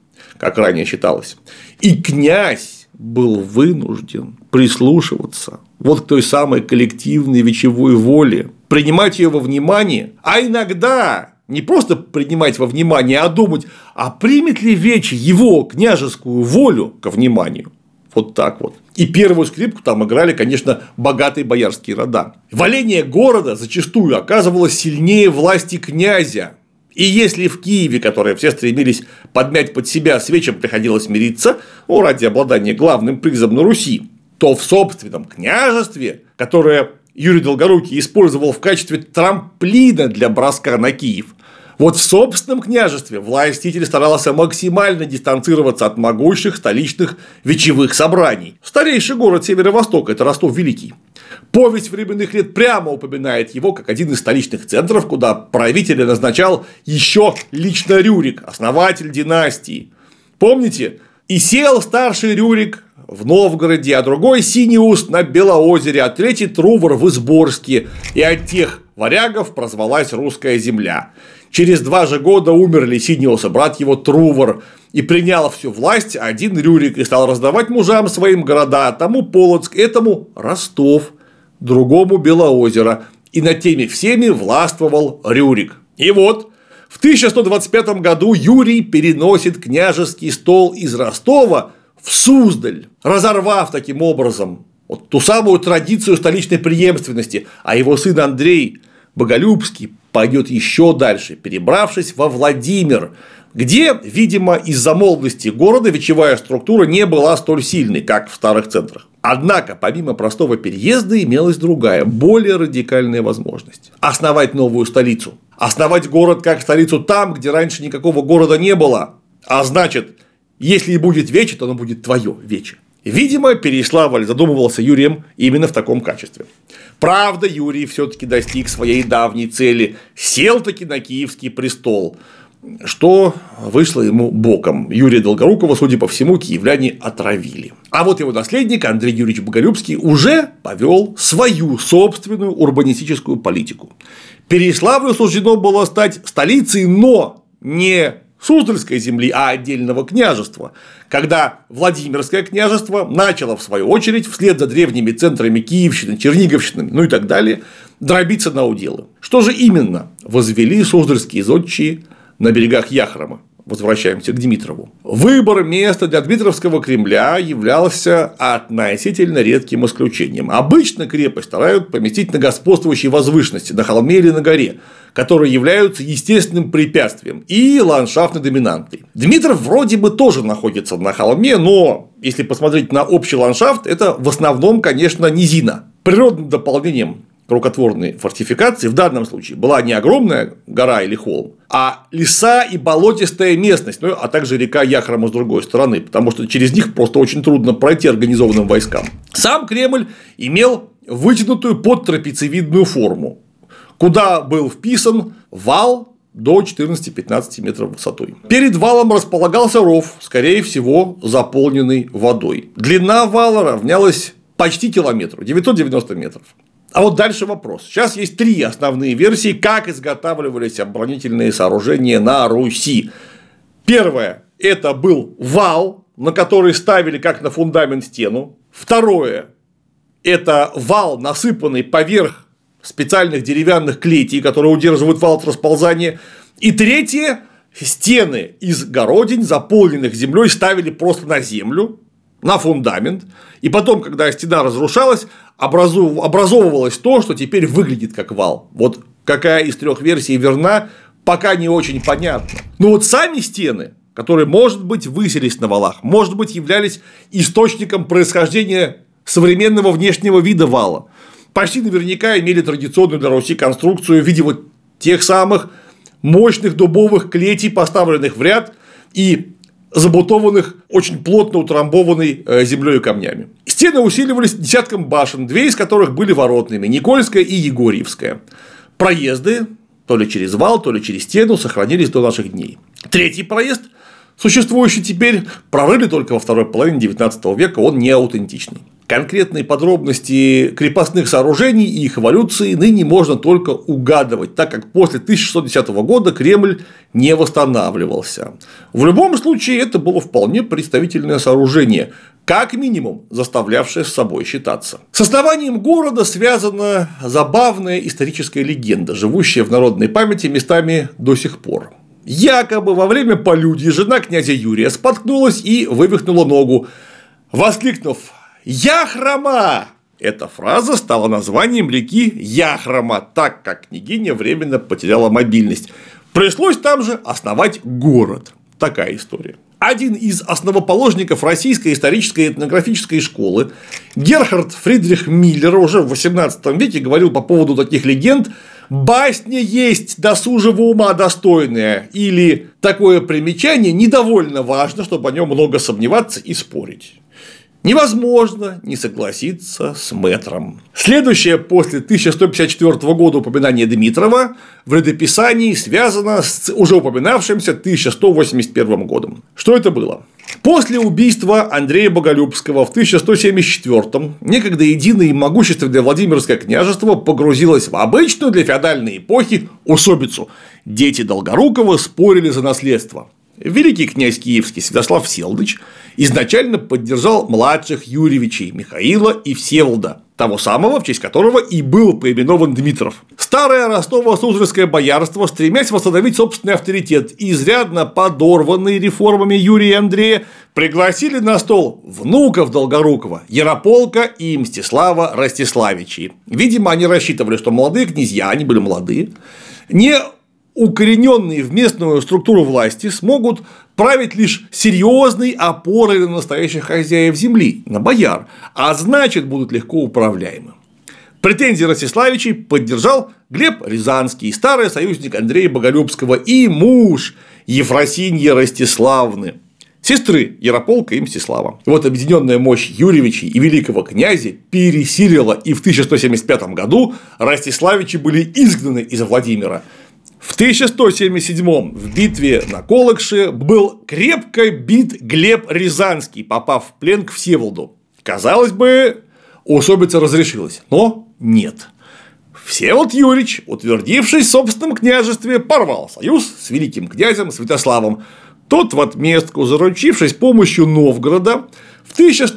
Speaker 1: как ранее считалось. И князь был вынужден прислушиваться вот к той самой коллективной вечевой воле, принимать ее во внимание, а иногда не просто принимать во внимание, а думать, а примет ли Веч его княжескую волю ко вниманию. Вот так вот. И первую скрипку там играли, конечно, богатые боярские рода. Валение города зачастую оказывалось сильнее власти князя. И если в Киеве, которые все стремились подмять под себя, с Вечем приходилось мириться, ради обладания главным призом на Руси, то в собственном княжестве, которое Юрий Долгорукий использовал в качестве трамплина для броска на Киев, вот в собственном княжестве властитель старался максимально дистанцироваться от могущих столичных вечевых собраний. Старейший город Северо-Востока – это Ростов Великий. Повесть временных лет прямо упоминает его как один из столичных центров, куда правителя назначал еще лично Рюрик, основатель династии. Помните? И сел старший Рюрик в Новгороде, а другой Синиус на Белоозере, а третий Трувор в Изборске, и от тех варягов прозвалась русская земля. Через 2 же года умерли Синиус и брат его Трувор, и принял всю власть один Рюрик и стал раздавать мужам своим города, тому Полоцк, этому Ростов, другому Белоозеро, и над теми всеми властвовал Рюрик. И вот в 1125 году Юрий переносит княжеский стол из Ростова в Суздаль, разорвав таким образом вот ту самую традицию столичной преемственности, а его сын Андрей Боголюбский пойдет еще дальше, перебравшись во Владимир, где, видимо, из-за молодости города вечевая структура не была столь сильной, как в старых центрах. Однако, помимо простого переезда, имелась другая, более радикальная возможность – основать новую столицу. Основать город как столицу там, где раньше никакого города не было. А значит, если и будет Вече, то оно будет твое Вече. Видимо, Переяславль задумывался Юрием именно в таком качестве. Правда, Юрий все-таки достиг своей давней цели, сел-таки на Киевский престол, что вышло ему боком. Юрия Долгорукова, судя по всему, киевляне отравили. А вот его наследник Андрей Юрьевич Боголюбский уже повел свою собственную урбанистическую политику. Переяславлю суждено было стать столицей, но не Суздальской земли, а отдельного княжества, когда Владимирское княжество начало, в свою очередь, вслед за древними центрами Киевщины, Черниговщины, и так далее, дробиться на уделы. Что же именно возвели суздальские зодчие на берегах Яхрома? Возвращаемся к Дмитрову. Выбор места для Дмитровского Кремля являлся относительно редким исключением. Обычно крепость старают поместить на господствующей возвышенности, на холме или на горе, которые являются естественным препятствием и ландшафтной доминантой. Дмитров вроде бы тоже находится на холме, но если посмотреть на общий ландшафт, это в основном, конечно, низина. Природным дополнением к рукотворной фортификации в данном случае была не огромная гора или холм, а леса и болотистая местность, а также река Яхрома с другой стороны, потому что через них просто очень трудно пройти организованным войскам. Сам Кремль имел вытянутую подтрапециевидную форму, куда был вписан вал до 14-15 метров высотой. Перед валом располагался ров, скорее всего, заполненный водой. Длина вала равнялась почти километру, 990 метров. А вот дальше вопрос. Сейчас есть 3 основные версии, как изготавливались оборонительные сооружения на Руси. Первое – это был вал, на который ставили как на фундамент стену. Второе – это вал, насыпанный поверх специальных деревянных клетей, которые удерживают вал от расползания. И третье – стены из городин, заполненных землей, ставили просто на землю, на фундамент, и потом, когда стена разрушалась, образовывалось то, что теперь выглядит как вал. Вот какая из 3 версий верна, пока не очень понятно. Но вот сами стены, которые, может быть, высились на валах, может быть, являлись источником происхождения современного внешнего вида вала, почти наверняка имели традиционную для Руси конструкцию в виде вот тех самых мощных дубовых клетей, поставленных в ряд и забутованных очень плотно утрамбованной землей и камнями. Стены усиливались десятком башен, 2 из которых были воротными – Никольская и Егорьевская. Проезды то ли через вал, то ли через стену сохранились до наших дней. 3-й проезд, существующий теперь, прорыли только во второй половине XIX века, он не аутентичный. Конкретные подробности крепостных сооружений и их эволюции ныне можно только угадывать, так как после 1610 года Кремль не восстанавливался. В любом случае, это было вполне представительное сооружение, как минимум заставлявшее с собой считаться. С основанием города связана забавная историческая легенда, живущая в народной памяти местами до сих пор. Якобы во время полюдья жена князя Юрия споткнулась и вывихнула ногу, воскликнув: «Я хрома!» Эта фраза стала названием реки Яхрома, так как княгиня временно потеряла мобильность. Пришлось там же основать город. Такая история. Один из основоположников российской исторической и этнографической школы, Герхард Фридрих Миллер, уже в XVIII веке говорил по поводу таких легенд: «Басня есть досужего ума достойная», или «такое примечание недовольно важно, чтобы о нем много сомневаться и спорить». Невозможно не согласиться с мэтром. Следующее после 1154 года упоминание Дмитрова в летописании связано с уже упоминавшимся 1181 годом. Что это было? После убийства Андрея Боголюбского в 1174 некогда единое и могущественное Владимирское княжество погрузилось в обычную для феодальной эпохи усобицу. Дети Долгорукова спорили за наследство. Великий князь Киевский Святослав Всеволодович изначально поддержал младших Юрьевичей Михаила и Всеволода, того самого, в честь которого и был поименован Дмитров. Старое Ростово-Суздальское боярство, стремясь восстановить собственный авторитет и изрядно подорванные реформами Юрия и Андрея, пригласили на стол внуков Долгорукова, Ярополка и Мстислава Ростиславичей. Видимо, они рассчитывали, что молодые князья, они были молодые, не укорененные в местную структуру власти, смогут править лишь серьезной опорой на настоящих хозяев земли, на бояр, а значит, будут легко управляемы. Претензии Ростиславичей поддержал Глеб Рязанский, старый союзник Андрея Боголюбского, и муж Ефросиньи Ростиславны, сестры Ярополка и Мстислава. И вот объединенная мощь Юрьевичей и великого князя пересилила, и в 1175 году Ростиславичи были изгнаны из Владимира. В 1177 в битве на Колокше был крепко бит Глеб Рязанский, попав в плен к Всеволоду. Казалось бы, усобица разрешилась, но нет. Всеволод Юрьевич, утвердившись в собственном княжестве, порвал союз с великим князем Святославом. Тот в отместку, заручившись помощью Новгорода, в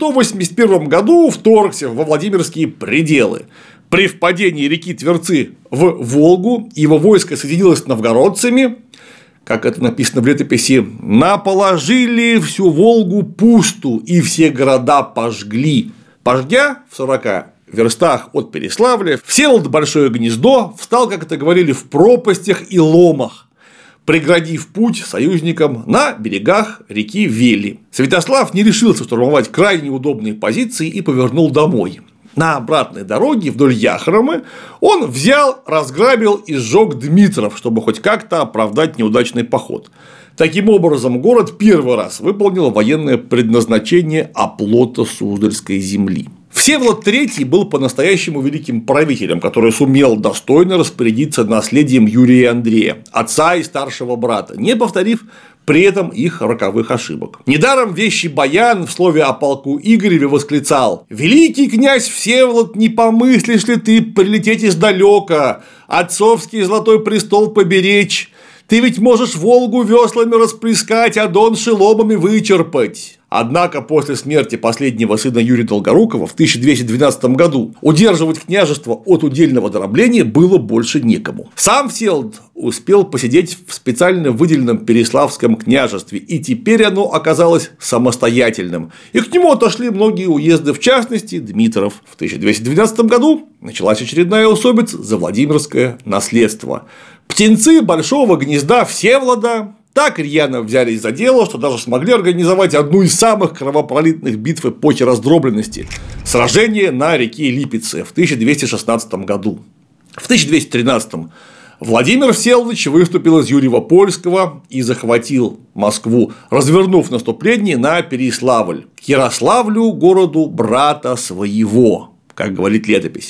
Speaker 1: 1181 году вторгся во Владимирские пределы. При впадении реки Тверцы в Волгу его войско соединилось с новгородцами, как это написано в летописи, наположили всю Волгу пусту и все города пожгли. Пожгя в 40 верстах от Переславля, Всеволод Большое Гнездо встал, как это говорили, в пропастях и ломах, преградив путь союзникам на берегах реки Вели. Святослав не решился штурмовать крайне удобные позиции и повернул домой. На обратной дороге вдоль Яхромы он взял, разграбил и сжег Дмитров, чтобы хоть как-то оправдать неудачный поход. Таким образом, город первый раз выполнил военное предназначение оплота Суздальской земли. Всеволод III был по-настоящему великим правителем, который сумел достойно распорядиться наследием Юрия и Андрея, отца и старшего брата, не повторив при этом их роковых ошибок. Недаром вещий Баян в слове о полку Игореве восклицал: «Великий князь Всеволод, не помыслишь ли ты прилететь издалека, отцовский золотой престол поберечь? Ты ведь можешь Волгу веслами расплескать, а Дон шеломами вычерпать». Однако после смерти последнего сына Юрия Долгорукова в 1212 году удерживать княжество от удельного дробления было больше некому. Сам Всеволод успел посидеть в специально выделенном Переславском княжестве, и теперь оно оказалось самостоятельным, и к нему отошли многие уезды, в частности Дмитров. В 1212 году началась очередная усобица за Владимирское наследство. Птенцы Большого Гнезда Всеволода так рьяно взялись за дело, что даже смогли организовать одну из самых кровопролитных битв эпохи раздробленности – сражение на реке Липице в 1216 году. В 1213 Владимир Всеволодович выступил из Юрьево-Польского и захватил Москву, развернув наступление на Переславль, к Ярославлю, городу брата своего, как говорит летопись.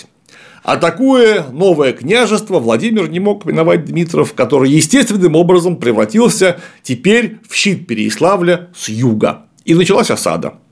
Speaker 1: Атакуя новое княжество, Владимир не мог миновать Дмитров, который естественным образом превратился теперь в щит Переславля с юга. И началась осада.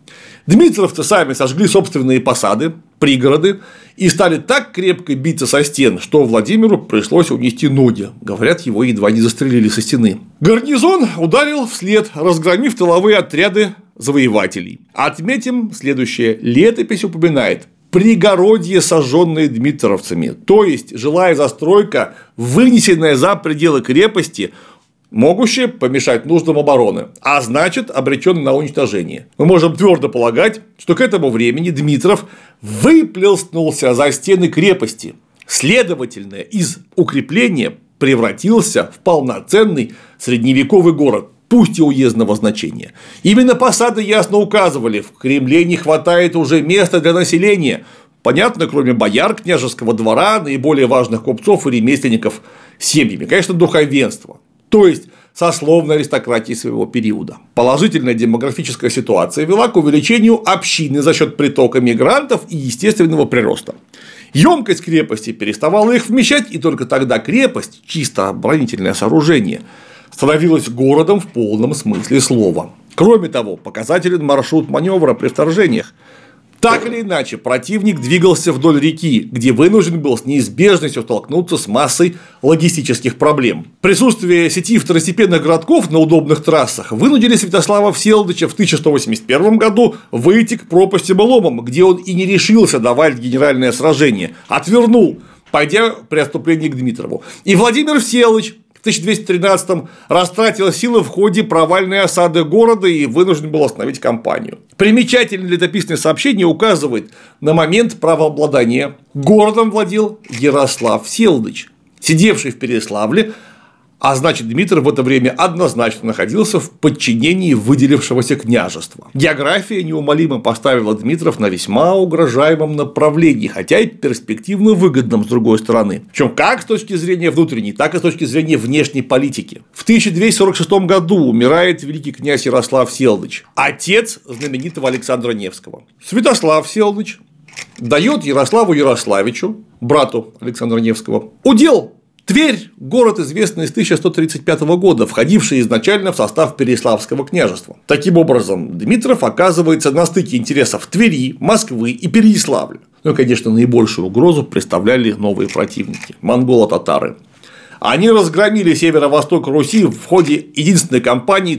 Speaker 1: Дмитровцы сами сожгли собственные посады, пригороды и стали так крепко биться со стен, что Владимиру пришлось унести ноги. Говорят, его едва не застрелили со стены. Гарнизон ударил вслед, разгромив тыловые отряды завоевателей. Отметим следующее. Летопись упоминает пригородье, сожженные дмитровцами, то есть жилая застройка, вынесенная за пределы крепости, могущие помешать нуждам обороны, а значит, обреченный на уничтожение. Мы можем твердо полагать, что к этому времени Дмитров выплеснулся за стены крепости, следовательно, из укрепления превратился в полноценный средневековый город, пусть и уездного значения. Именно посады ясно указывали, в Кремле не хватает уже места для населения. Понятно, кроме бояр, княжеского двора, наиболее важных купцов и ремесленников семьями, конечно, духовенство. То есть сословной аристократии своего периода. Положительная демографическая ситуация вела к увеличению общины за счет притока мигрантов и естественного прироста. Емкость крепости переставала их вмещать, и только тогда крепость, чисто оборонительное сооружение, становилась городом в полном смысле слова. Кроме того, показателен маршрут маневра при вторжениях. Так или иначе, противник двигался вдоль реки, где вынужден был с неизбежностью столкнуться с массой логистических проблем. Присутствие сети второстепенных городков на удобных трассах вынудили Святослава Всеволодовича в 1181 году выйти к пропасти Быломом, где он и не решился давать генеральное сражение, отвернул, пойдя при отступлении к Дмитрову. И Владимир Всеволодович в 1213-м растратил силы в ходе провальной осады города и вынужден был остановить кампанию. Примечательное летописное сообщение указывает на момент правообладания городом владел Ярослав Всеволодович, сидевший в Переславле, а значит, Дмитрий в это время однозначно находился в подчинении выделившегося княжества. География неумолимо поставила Дмитров на весьма угрожаемом направлении, хотя и перспективно выгодном с другой стороны. Причем как с точки зрения внутренней, так и с точки зрения внешней политики. В 1246 году умирает великий князь Ярослав Всеволодович, отец знаменитого Александра Невского. Святослав Всеволодович дает Ярославу Ярославичу, брату Александра Невского, удел Тверь – город, известный с 1135 года, входивший изначально в состав Переславского княжества. Таким образом, Дмитров оказывается на стыке интересов Твери, Москвы и Переяславля. Ну и, конечно, наибольшую угрозу представляли новые противники – монголо-татары. Они разгромили северо-восток Руси в ходе единственной кампании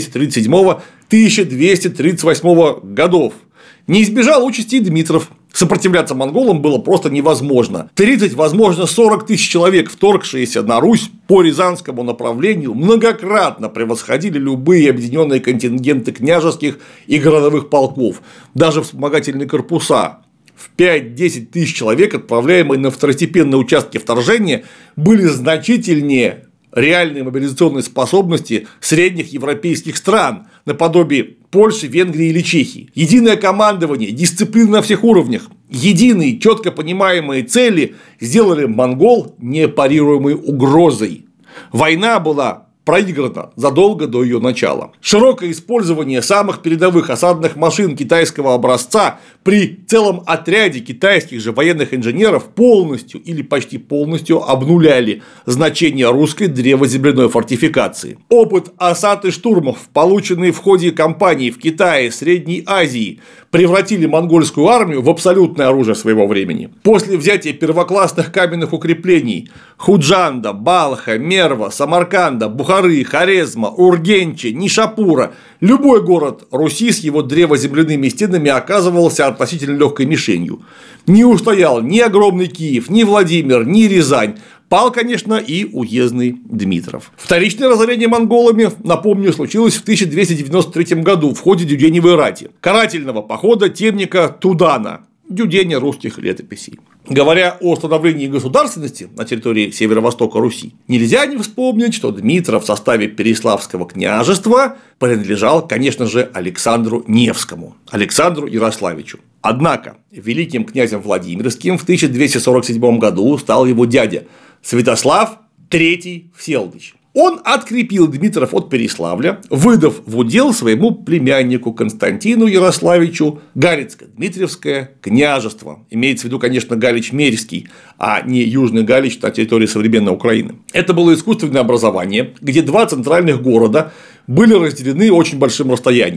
Speaker 1: 1237-1238 годов. Не избежал участи и Дмитров. Сопротивляться монголам было просто невозможно. 30, возможно, 40 тысяч человек, вторгшиеся на Русь по Рязанскому направлению, многократно превосходили любые объединенные контингенты княжеских и городовых полков, даже вспомогательные корпуса. В 5-10 тысяч человек, отправляемые на второстепенные участки вторжения, были значительнее реальной мобилизационной способности средних европейских стран, наподобие Польши, Венгрии или Чехии. Единое командование, дисциплина на всех уровнях, единые, четко понимаемые цели сделали монгол непарируемой угрозой. Война была проиграна задолго до ее начала. Широкое использование самых передовых осадных машин китайского образца при целом отряде китайских же военных инженеров полностью или почти полностью обнуляли значение русской древоземляной фортификации. Опыт осад и штурмов, полученные в ходе кампаний в Китае, Средней Азии, превратили монгольскую армию в абсолютное оружие своего времени. После взятия первоклассных каменных укреплений Худжанда, Балха, Мерва, Самарканда, Бухары, Хорезма, Ургенча, Нишапура, любой город Руси с его древоземляными стенами оказывался относительно легкой мишенью. Не устоял ни огромный Киев, ни Владимир, ни Рязань. Пал, конечно, и уездный Дмитров. Вторичное разорение монголами, напомню, случилось в 1293 году в ходе Дюденевой рати, карательного похода темника Тудана, Дюденя русских летописей. Говоря о становлении государственности на территории северо-востока Руси, нельзя не вспомнить, что Дмитров в составе Переславского княжества принадлежал, конечно же, Александру Невскому, Александру Ярославичу. Однако великим князем Владимирским в 1247 году стал его дядя Святослав III Всеволодович. Он открепил Дмитров от Переславля, выдав в удел своему племяннику Константину Ярославичу Галицко-Дмитриевское княжество. Имеется в виду, конечно, Галич-Мерский, а не Южный Галич на территории современной Украины. Это было искусственное образование, где два центральных города были разделены очень большим расстоянием.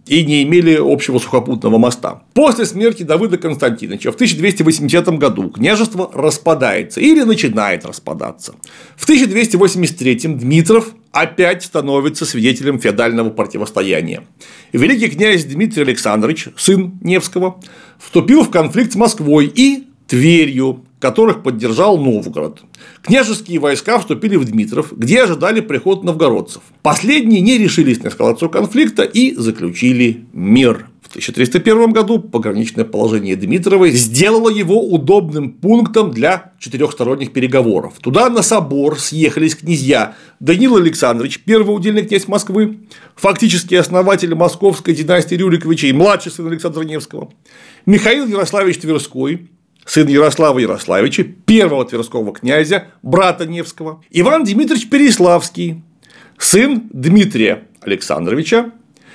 Speaker 1: и не имели общего сухопутного моста. После смерти Давыда Константиновича в 1280 году княжество распадается или начинает распадаться. В 1283 Дмитров опять становится свидетелем феодального противостояния. Великий князь Дмитрий Александрович, сын Невского, вступил в конфликт с Москвой и Тверью, которых поддержал Новгород. Княжеские войска вступили в Дмитров, где ожидали приход новгородцев. Последние не решились на эскалацию конфликта и заключили мир. В 1301 году пограничное положение Дмитрова сделало его удобным пунктом для четырехсторонних переговоров. Туда на собор съехались князья Даниил Александрович, первый удельный князь Москвы, фактически основатель московской династии Рюриковичей, младший сын Александра Невского, Михаил Ярославич Тверской, сын Ярослава Ярославича, первого тверского князя, брата Невского, Иван Дмитриевич Переславский, сын Дмитрия Александровича,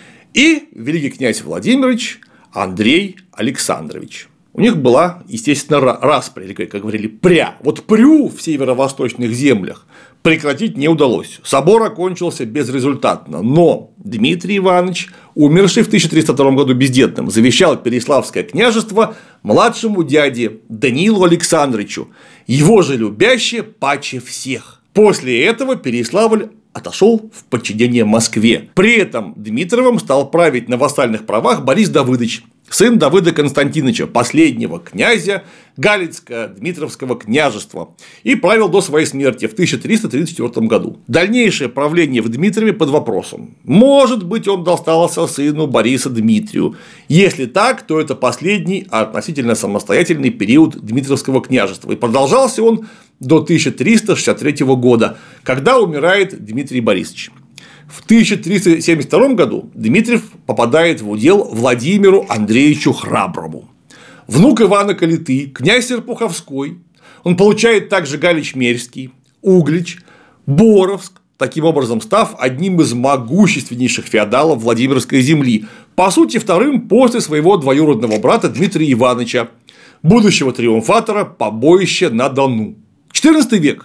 Speaker 1: и великий князь Владимирович Андрей Александрович. У них была, естественно, распря, или, как говорили, пря. Вот прю в северо-восточных землях прекратить не удалось. Собор окончился безрезультатно, но Дмитрий Иванович, умерший в 1302 году бездетным, завещал Переславское княжество младшему дяде Даниилу Александровичу, его же любяще паче всех. После этого Переславль отошел в подчинение Москве. При этом Дмитровым стал править на вассальных правах Борис Давыдович, сын Давыда Константиновича, последнего князя Галицко-Дмитровского княжества, и правил до своей смерти в 1334 году. Дальнейшее правление в Дмитрове под вопросом. Может быть, он достался сыну Бориса Дмитрию. Если так, то это последний относительно самостоятельный период Дмитровского княжества, и продолжался он до 1363 года, когда умирает Дмитрий Борисович. В 1372 году Дмитриев попадает в удел Владимиру Андреевичу Храброму. Внук Ивана Калиты, князь Серпуховской, он получает также Галич-Мерский, Углич, Боровск, таким образом став одним из могущественнейших феодалов Владимирской земли, по сути, вторым после своего двоюродного брата Дмитрия Ивановича, будущего триумфатора побоища на Дону. XIV век.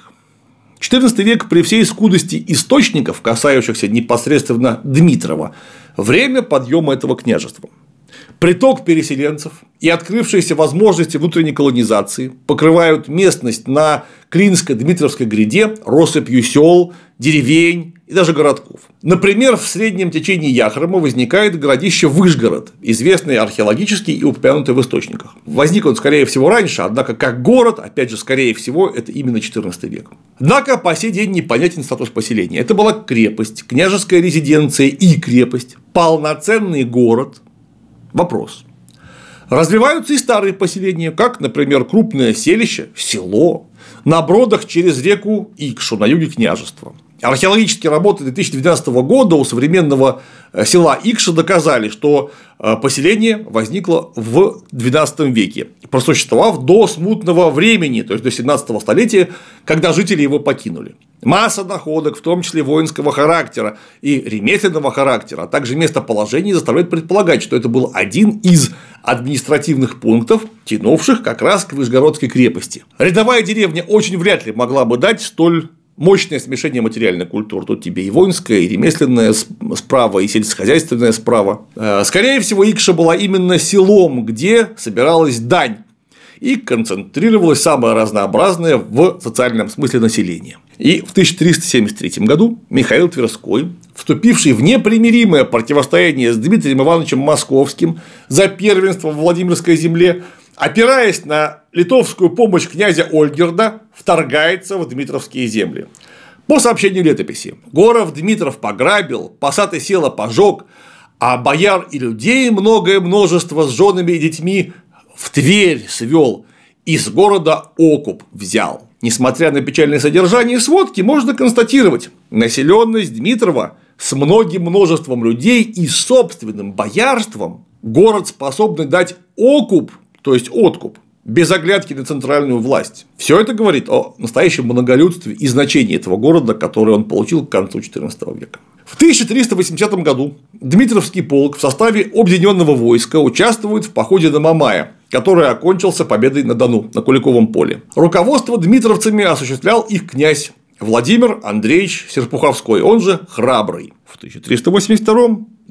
Speaker 1: XIV век при всей скудости источников, касающихся непосредственно Дмитрова, время подъема этого княжества. Приток переселенцев и открывшиеся возможности внутренней колонизации покрывают местность на Клинско-Дмитровской гряде россыпью сел, деревень и даже городков. Например, в среднем течении Яхрома возникает городище Выжгород, известный археологически и упомянутый в источниках. Возник он, скорее всего, раньше, однако как город, опять же, скорее всего, это именно XIV век. Однако по сей день непонятен статус поселения. Это была крепость, княжеская резиденция и крепость, полноценный город. Вопрос. Развиваются и старые поселения, как, например, крупное селище, село, на бродах через реку Икшу на юге княжества. Археологические работы 2012 года у современного села Икша доказали, что поселение возникло в XII веке, просуществовав до смутного времени, то есть до 17 столетия, когда жители его покинули. Масса находок, в том числе воинского характера и ремесленного характера, а также местоположение заставляет предполагать, что это был один из административных пунктов, тянувших как раз к Вышгородской крепости. Рядовая деревня очень вряд ли могла бы дать столь мощное смешение материальной культуры. Тут тебе и воинская, и ремесленная справа, и сельскохозяйственная справа. Скорее всего, Икша была именно селом, где собиралась дань и концентрировалось самое разнообразное в социальном смысле население. И в 1373 году Михаил Тверской, вступивший в непримиримое противостояние с Дмитрием Ивановичем Московским за первенство в Владимирской земле, опираясь на литовскую помощь князя Ольгерда, вторгается в Дмитровские земли. По сообщению летописи, Горов Дмитров пограбил, посад и села пожег, а бояр и людей многое множество с женами и детьми в Тверь свел и с города окуп взял. Несмотря на печальное содержание сводки, можно констатировать, населенность Дмитрова с многим множеством людей и собственным боярством город способный дать окуп, то есть откуп, без оглядки на центральную власть. Все это говорит о настоящем многолюдстве и значении этого города, который он получил к концу XIV века. В 1380 году Дмитровский полк в составе объединенного войска участвует в походе на Мамая, который окончился победой на Дону, на Куликовом поле. Руководство дмитровцами осуществлял их князь Владимир Андреевич Серпуховской, он же Храбрый. В 1382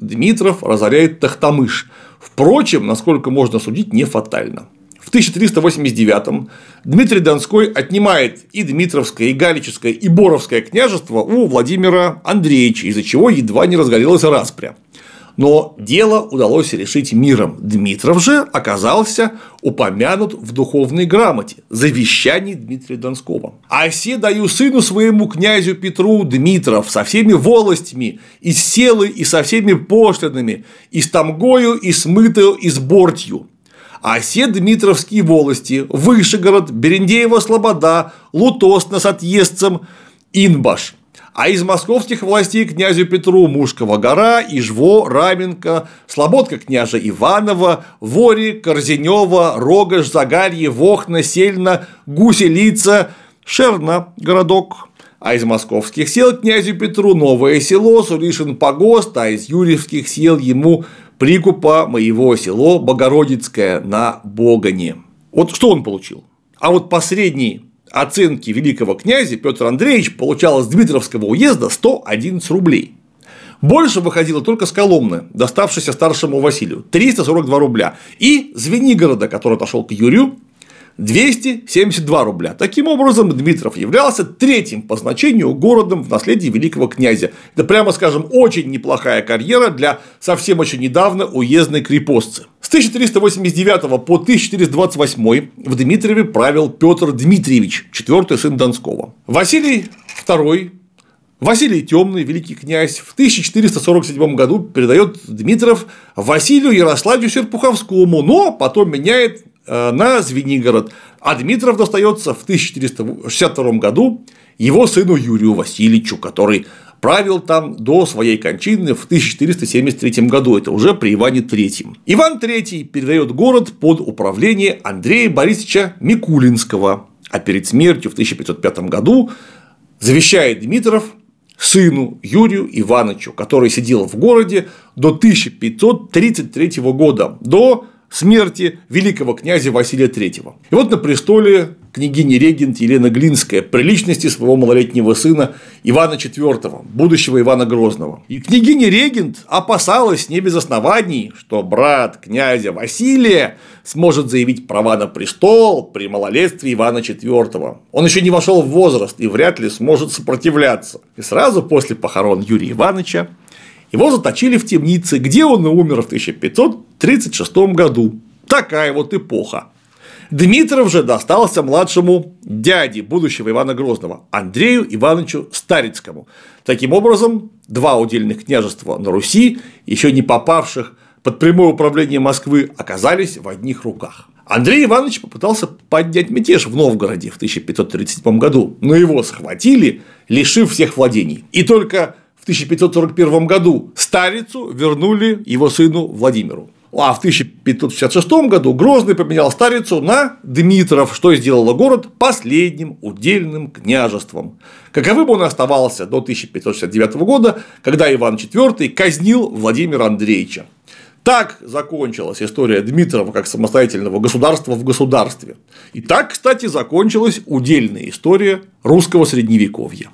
Speaker 1: Дмитров разоряет Тохтамыш. Впрочем, насколько можно судить, не фатально. В 1389-м Дмитрий Донской отнимает и Дмитровское, и Галичское, и Боровское княжество у Владимира Андреевича, из-за чего едва не разгорелась распря. Но дело удалось решить миром. Дмитров же оказался упомянут в духовной грамоте, завещании Дмитрия Донского. «Осе даю сыну своему князю Петру Дмитров со всеми волостями, и с селы, и со всеми пошлинами, и с тамгою, и с мытою, и с бортью. А все Дмитровские волости – Вышегород, Берендеева Слобода, Лутосна с отъездцем, Инбаш. А из московских властей князю Петру Мушкова гора, Ижво, Раменка, Слободка княжа Иванова, Вори, Корзенева, Рогож, Загалье, Вохна, Сельна, Гуселица, Шерна, городок. А из московских сел князю Петру Новое село, Суришин погост, а из юрьевских сел ему прикупа моего село Богородицкое на Богоне». Вот что он получил? А вот по средней оценке великого князя Петр Андреевич получал с Дмитровского уезда 111 рублей. Больше выходило только с Коломны, доставшейся старшему Василию, 342 рубля. И Звенигорода, который отошел к Юрию, 272 рубля. Таким образом, Дмитров являлся третьим по значению городом в наследии великого князя. Это, прямо скажем, очень неплохая карьера для совсем еще недавно уездной крепостцы. С 1389 по 1428 в Дмитрове правил Петр Дмитриевич, четвертый сын Донского. Василий II, Василий Темный, великий князь, в 1447 году передает Дмитров Василию Ярославию Серпуховскому, но потом меняет на Звенигород, а Дмитров достается в 1462 году его сыну Юрию Васильевичу, который правил там до своей кончины в 1473 году, это уже при Иване III. Иван III передает город под управление Андрея Борисовича Микулинского, а перед смертью в 1505 году завещает Дмитров сыну Юрию Ивановичу, который сидел в городе до 1533 года, до смерти великого князя Василия III. И вот на престоле княгиня-регент Елена Глинская при личности своего малолетнего сына Ивана IV, будущего Ивана Грозного. И княгиня-регент опасалась не без оснований, что брат князя Василия сможет заявить права на престол при малолетстве Ивана IV. Он еще не вошел в возраст и вряд ли сможет сопротивляться. И сразу после похорон Юрия Ивановича его заточили в темнице, где он и умер в 1536 году. Такая вот эпоха. Дмитров же достался младшему дяде будущего Ивана Грозного, Андрею Ивановичу Старицкому. Таким образом, два удельных княжества на Руси, еще не попавших под прямое управление Москвы, оказались в одних руках. Андрей Иванович попытался поднять мятеж в Новгороде в 1537 году, но его схватили, лишив всех владений. И только в 1541 году Старицу вернули его сыну Владимиру. А в 1566 году Грозный поменял Старицу на Дмитров, что сделало город последним удельным княжеством. Каковым он оставался до 1569 года, когда Иван IV казнил Владимира Андреевича. Так закончилась история Дмитрова как самостоятельного государства в государстве. И так, кстати, закончилась удельная история русского средневековья.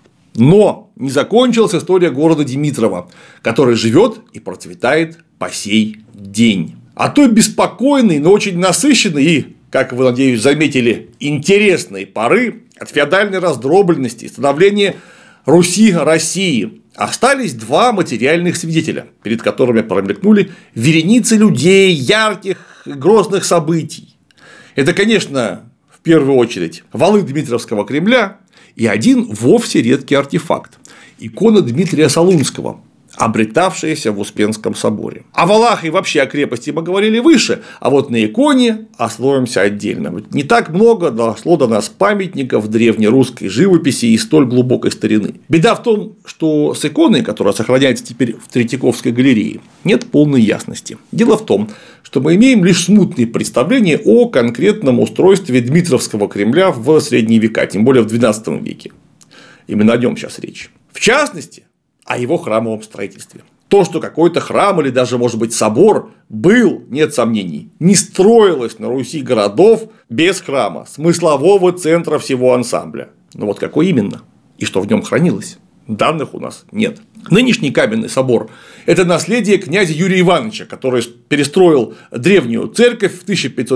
Speaker 1: Но не закончилась история города Дмитрова, который живет и процветает по сей день. А той беспокойной, но очень насыщенной и, как вы, надеюсь, заметили, интересной поры от феодальной раздробленности и становления Руси России остались два материальных свидетеля, перед которыми промелькнули вереницы людей, ярких и грозных событий. Это, конечно, в первую очередь валы Дмитровского Кремля и один вовсе редкий артефакт – икона Дмитрия Солунского, обретавшаяся в Успенском соборе. О валах и вообще о крепости мы говорили выше, а вот на иконе остановимся отдельно. Не так много дошло до нас памятников древнерусской живописи и столь глубокой старины. Беда в том, что с иконой, которая сохраняется теперь в Третьяковской галерее, нет полной ясности. Дело в том, что мы имеем лишь смутные представления о конкретном устройстве Дмитровского Кремля в средние века, тем более в XII веке. Именно о нем сейчас речь. В частности, о его храмовом строительстве. То, что какой-то храм или даже, может быть, собор был, нет сомнений, не строилось на Руси городов без храма, смыслового центра всего ансамбля. Но вот какой именно и что в нем хранилось, данных у нас нет. Нынешний каменный собор – это наследие князя Юрия Ивановича, который перестроил древнюю церковь в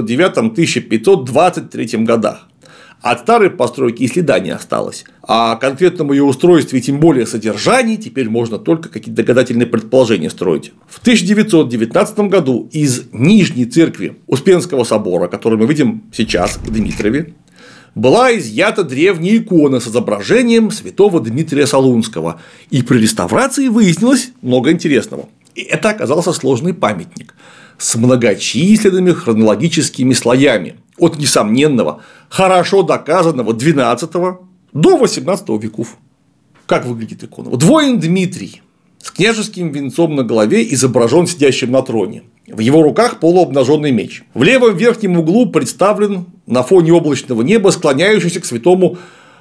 Speaker 1: 1509-1523 годах. От старой постройки и следа не осталось, а о конкретном ее устройстве и тем более содержании теперь можно только какие-то догадательные предположения строить. В 1919 году из нижней церкви Успенского собора, который мы видим сейчас в Дмитрове, была изъята древняя икона с изображением святого Дмитрия Солунского, и при реставрации выяснилось много интересного. И это оказался сложный памятник с многочисленными хронологическими слоями от несомненного, хорошо доказанного XII до XVIII веков. Как выглядит икона? Воин Дмитрий с княжеским венцом на голове изображен сидящим на троне. В его руках полуобнаженный меч. В левом верхнем углу представлен на фоне облачного неба склоняющийся к святому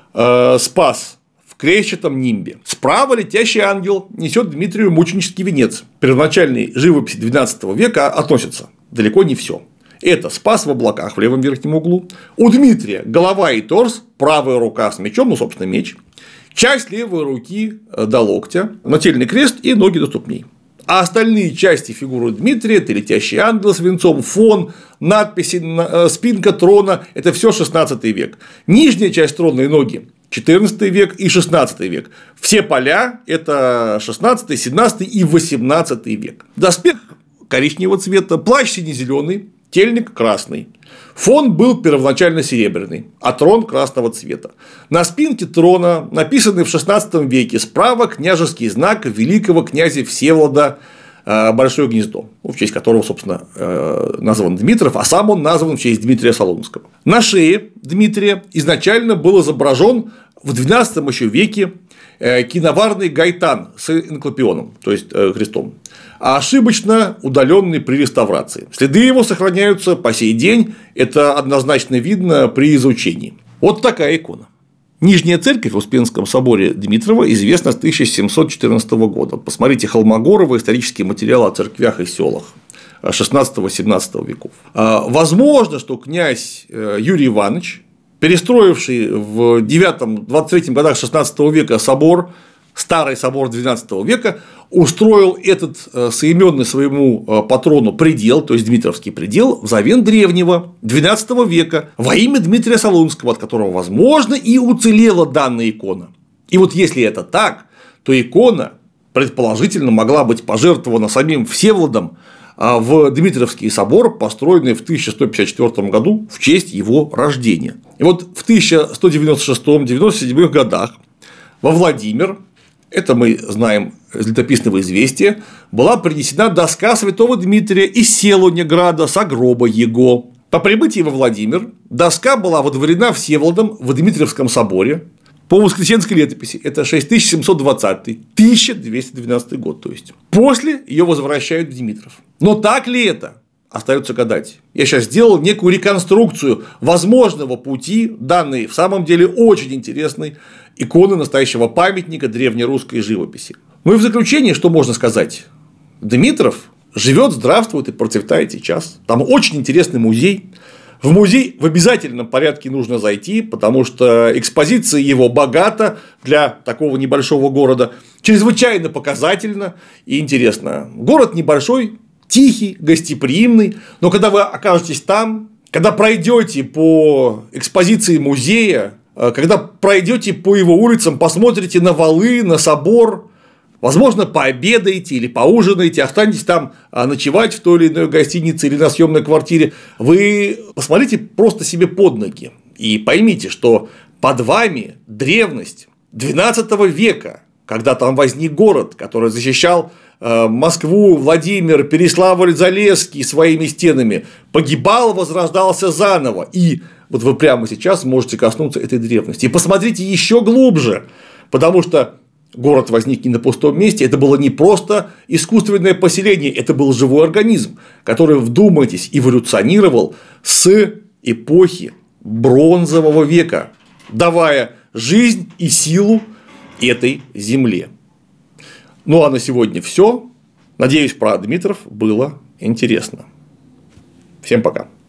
Speaker 1: Спас в крещатом нимбе. Справа летящий ангел несет Дмитрию мученический венец. Первоначальной живописи XII века относятся далеко не все. Это Спас в облаках в левом верхнем углу. У Дмитрия голова и торс, правая рука с мечом, ну, собственно, меч. Часть левой руки до локтя, нательный крест и ноги до ступней. А остальные части фигуры Дмитрия – это летящий ангел с венцом, фон, надписи, спинка трона – это все 16 век. Нижняя часть трона и ноги – 14 век и 16 век. Все поля – это 16, 17 и 18 век. Доспех коричневого цвета, плащ сине-зеленый, тельник красный. Фон был первоначально серебряный, а трон красного цвета. На спинке трона написанный в 16 веке справа княжеский знак великого князя Всеволода Большое гнездо, в честь которого, собственно, назван Дмитров, а сам он назван в честь Дмитрия Солунского. На шее Дмитрия изначально был изображен в XII еще веке киноварный гайтан с энклопионом, то есть крестом, а ошибочно удаленный при реставрации. Следы его сохраняются по сей день, это однозначно видно при изучении. Вот такая икона. Нижняя церковь в Успенском соборе Дмитрова известна с 1714 года. Посмотрите Холмогорова, исторические материалы о церквях и селах 16-17 веков. Возможно, что князь Юрий Иванович, перестроивший в 9-23 годах 16 века собор, старый собор XII века, устроил этот соименный своему патрону предел, то есть Дмитровский предел, взамен древнего XII века во имя Дмитрия Солунского, от которого, возможно, и уцелела данная икона. И вот если это так, то икона, предположительно, могла быть пожертвована самим Всеволодом в Дмитровский собор, построенный в 1154 году в честь его рождения. И вот в 1196-97 годах во Владимир, это мы знаем из летописного известия, была принесена доска святого Дмитрия из Селунеграда с гроба его. По прибытии во Владимир доска была водворена Всеволодом в Дмитриевском соборе по воскресенской летописи, это 6720-1212 год, то есть после ее возвращают в Дмитров. Но так ли это? Остается гадать. Я сейчас сделал некую реконструкцию возможного пути данной в самом деле очень интересной иконы настоящего памятника древнерусской живописи. Ну и в заключение, что можно сказать? Дмитров живет, здравствует и процветает сейчас. Там очень интересный музей. В музей в обязательном порядке нужно зайти, потому что экспозиция его богата для такого небольшого города, чрезвычайно показательна и интересна. Город небольшой, тихий, гостеприимный, но когда вы окажетесь там, когда пройдете по экспозиции музея, когда пройдете по его улицам, посмотрите на валы, на собор, возможно, пообедаете или поужинаете, останетесь там ночевать в той или иной гостинице или на съемной квартире, вы посмотрите просто себе под ноги и поймите, что под вами древность XII века, когда там возник город, который защищал Москву, Владимир, Переславль-Залесский своими стенами, погибал, возрождался заново. И вот вы прямо сейчас можете коснуться этой древности. И посмотрите еще глубже, потому что город возник не на пустом месте, это было не просто искусственное поселение, это был живой организм, который, вдумайтесь, эволюционировал с эпохи бронзового века, давая жизнь и силу этой земле. Ну а на сегодня все. Надеюсь, про Дмитров было интересно. Всем пока.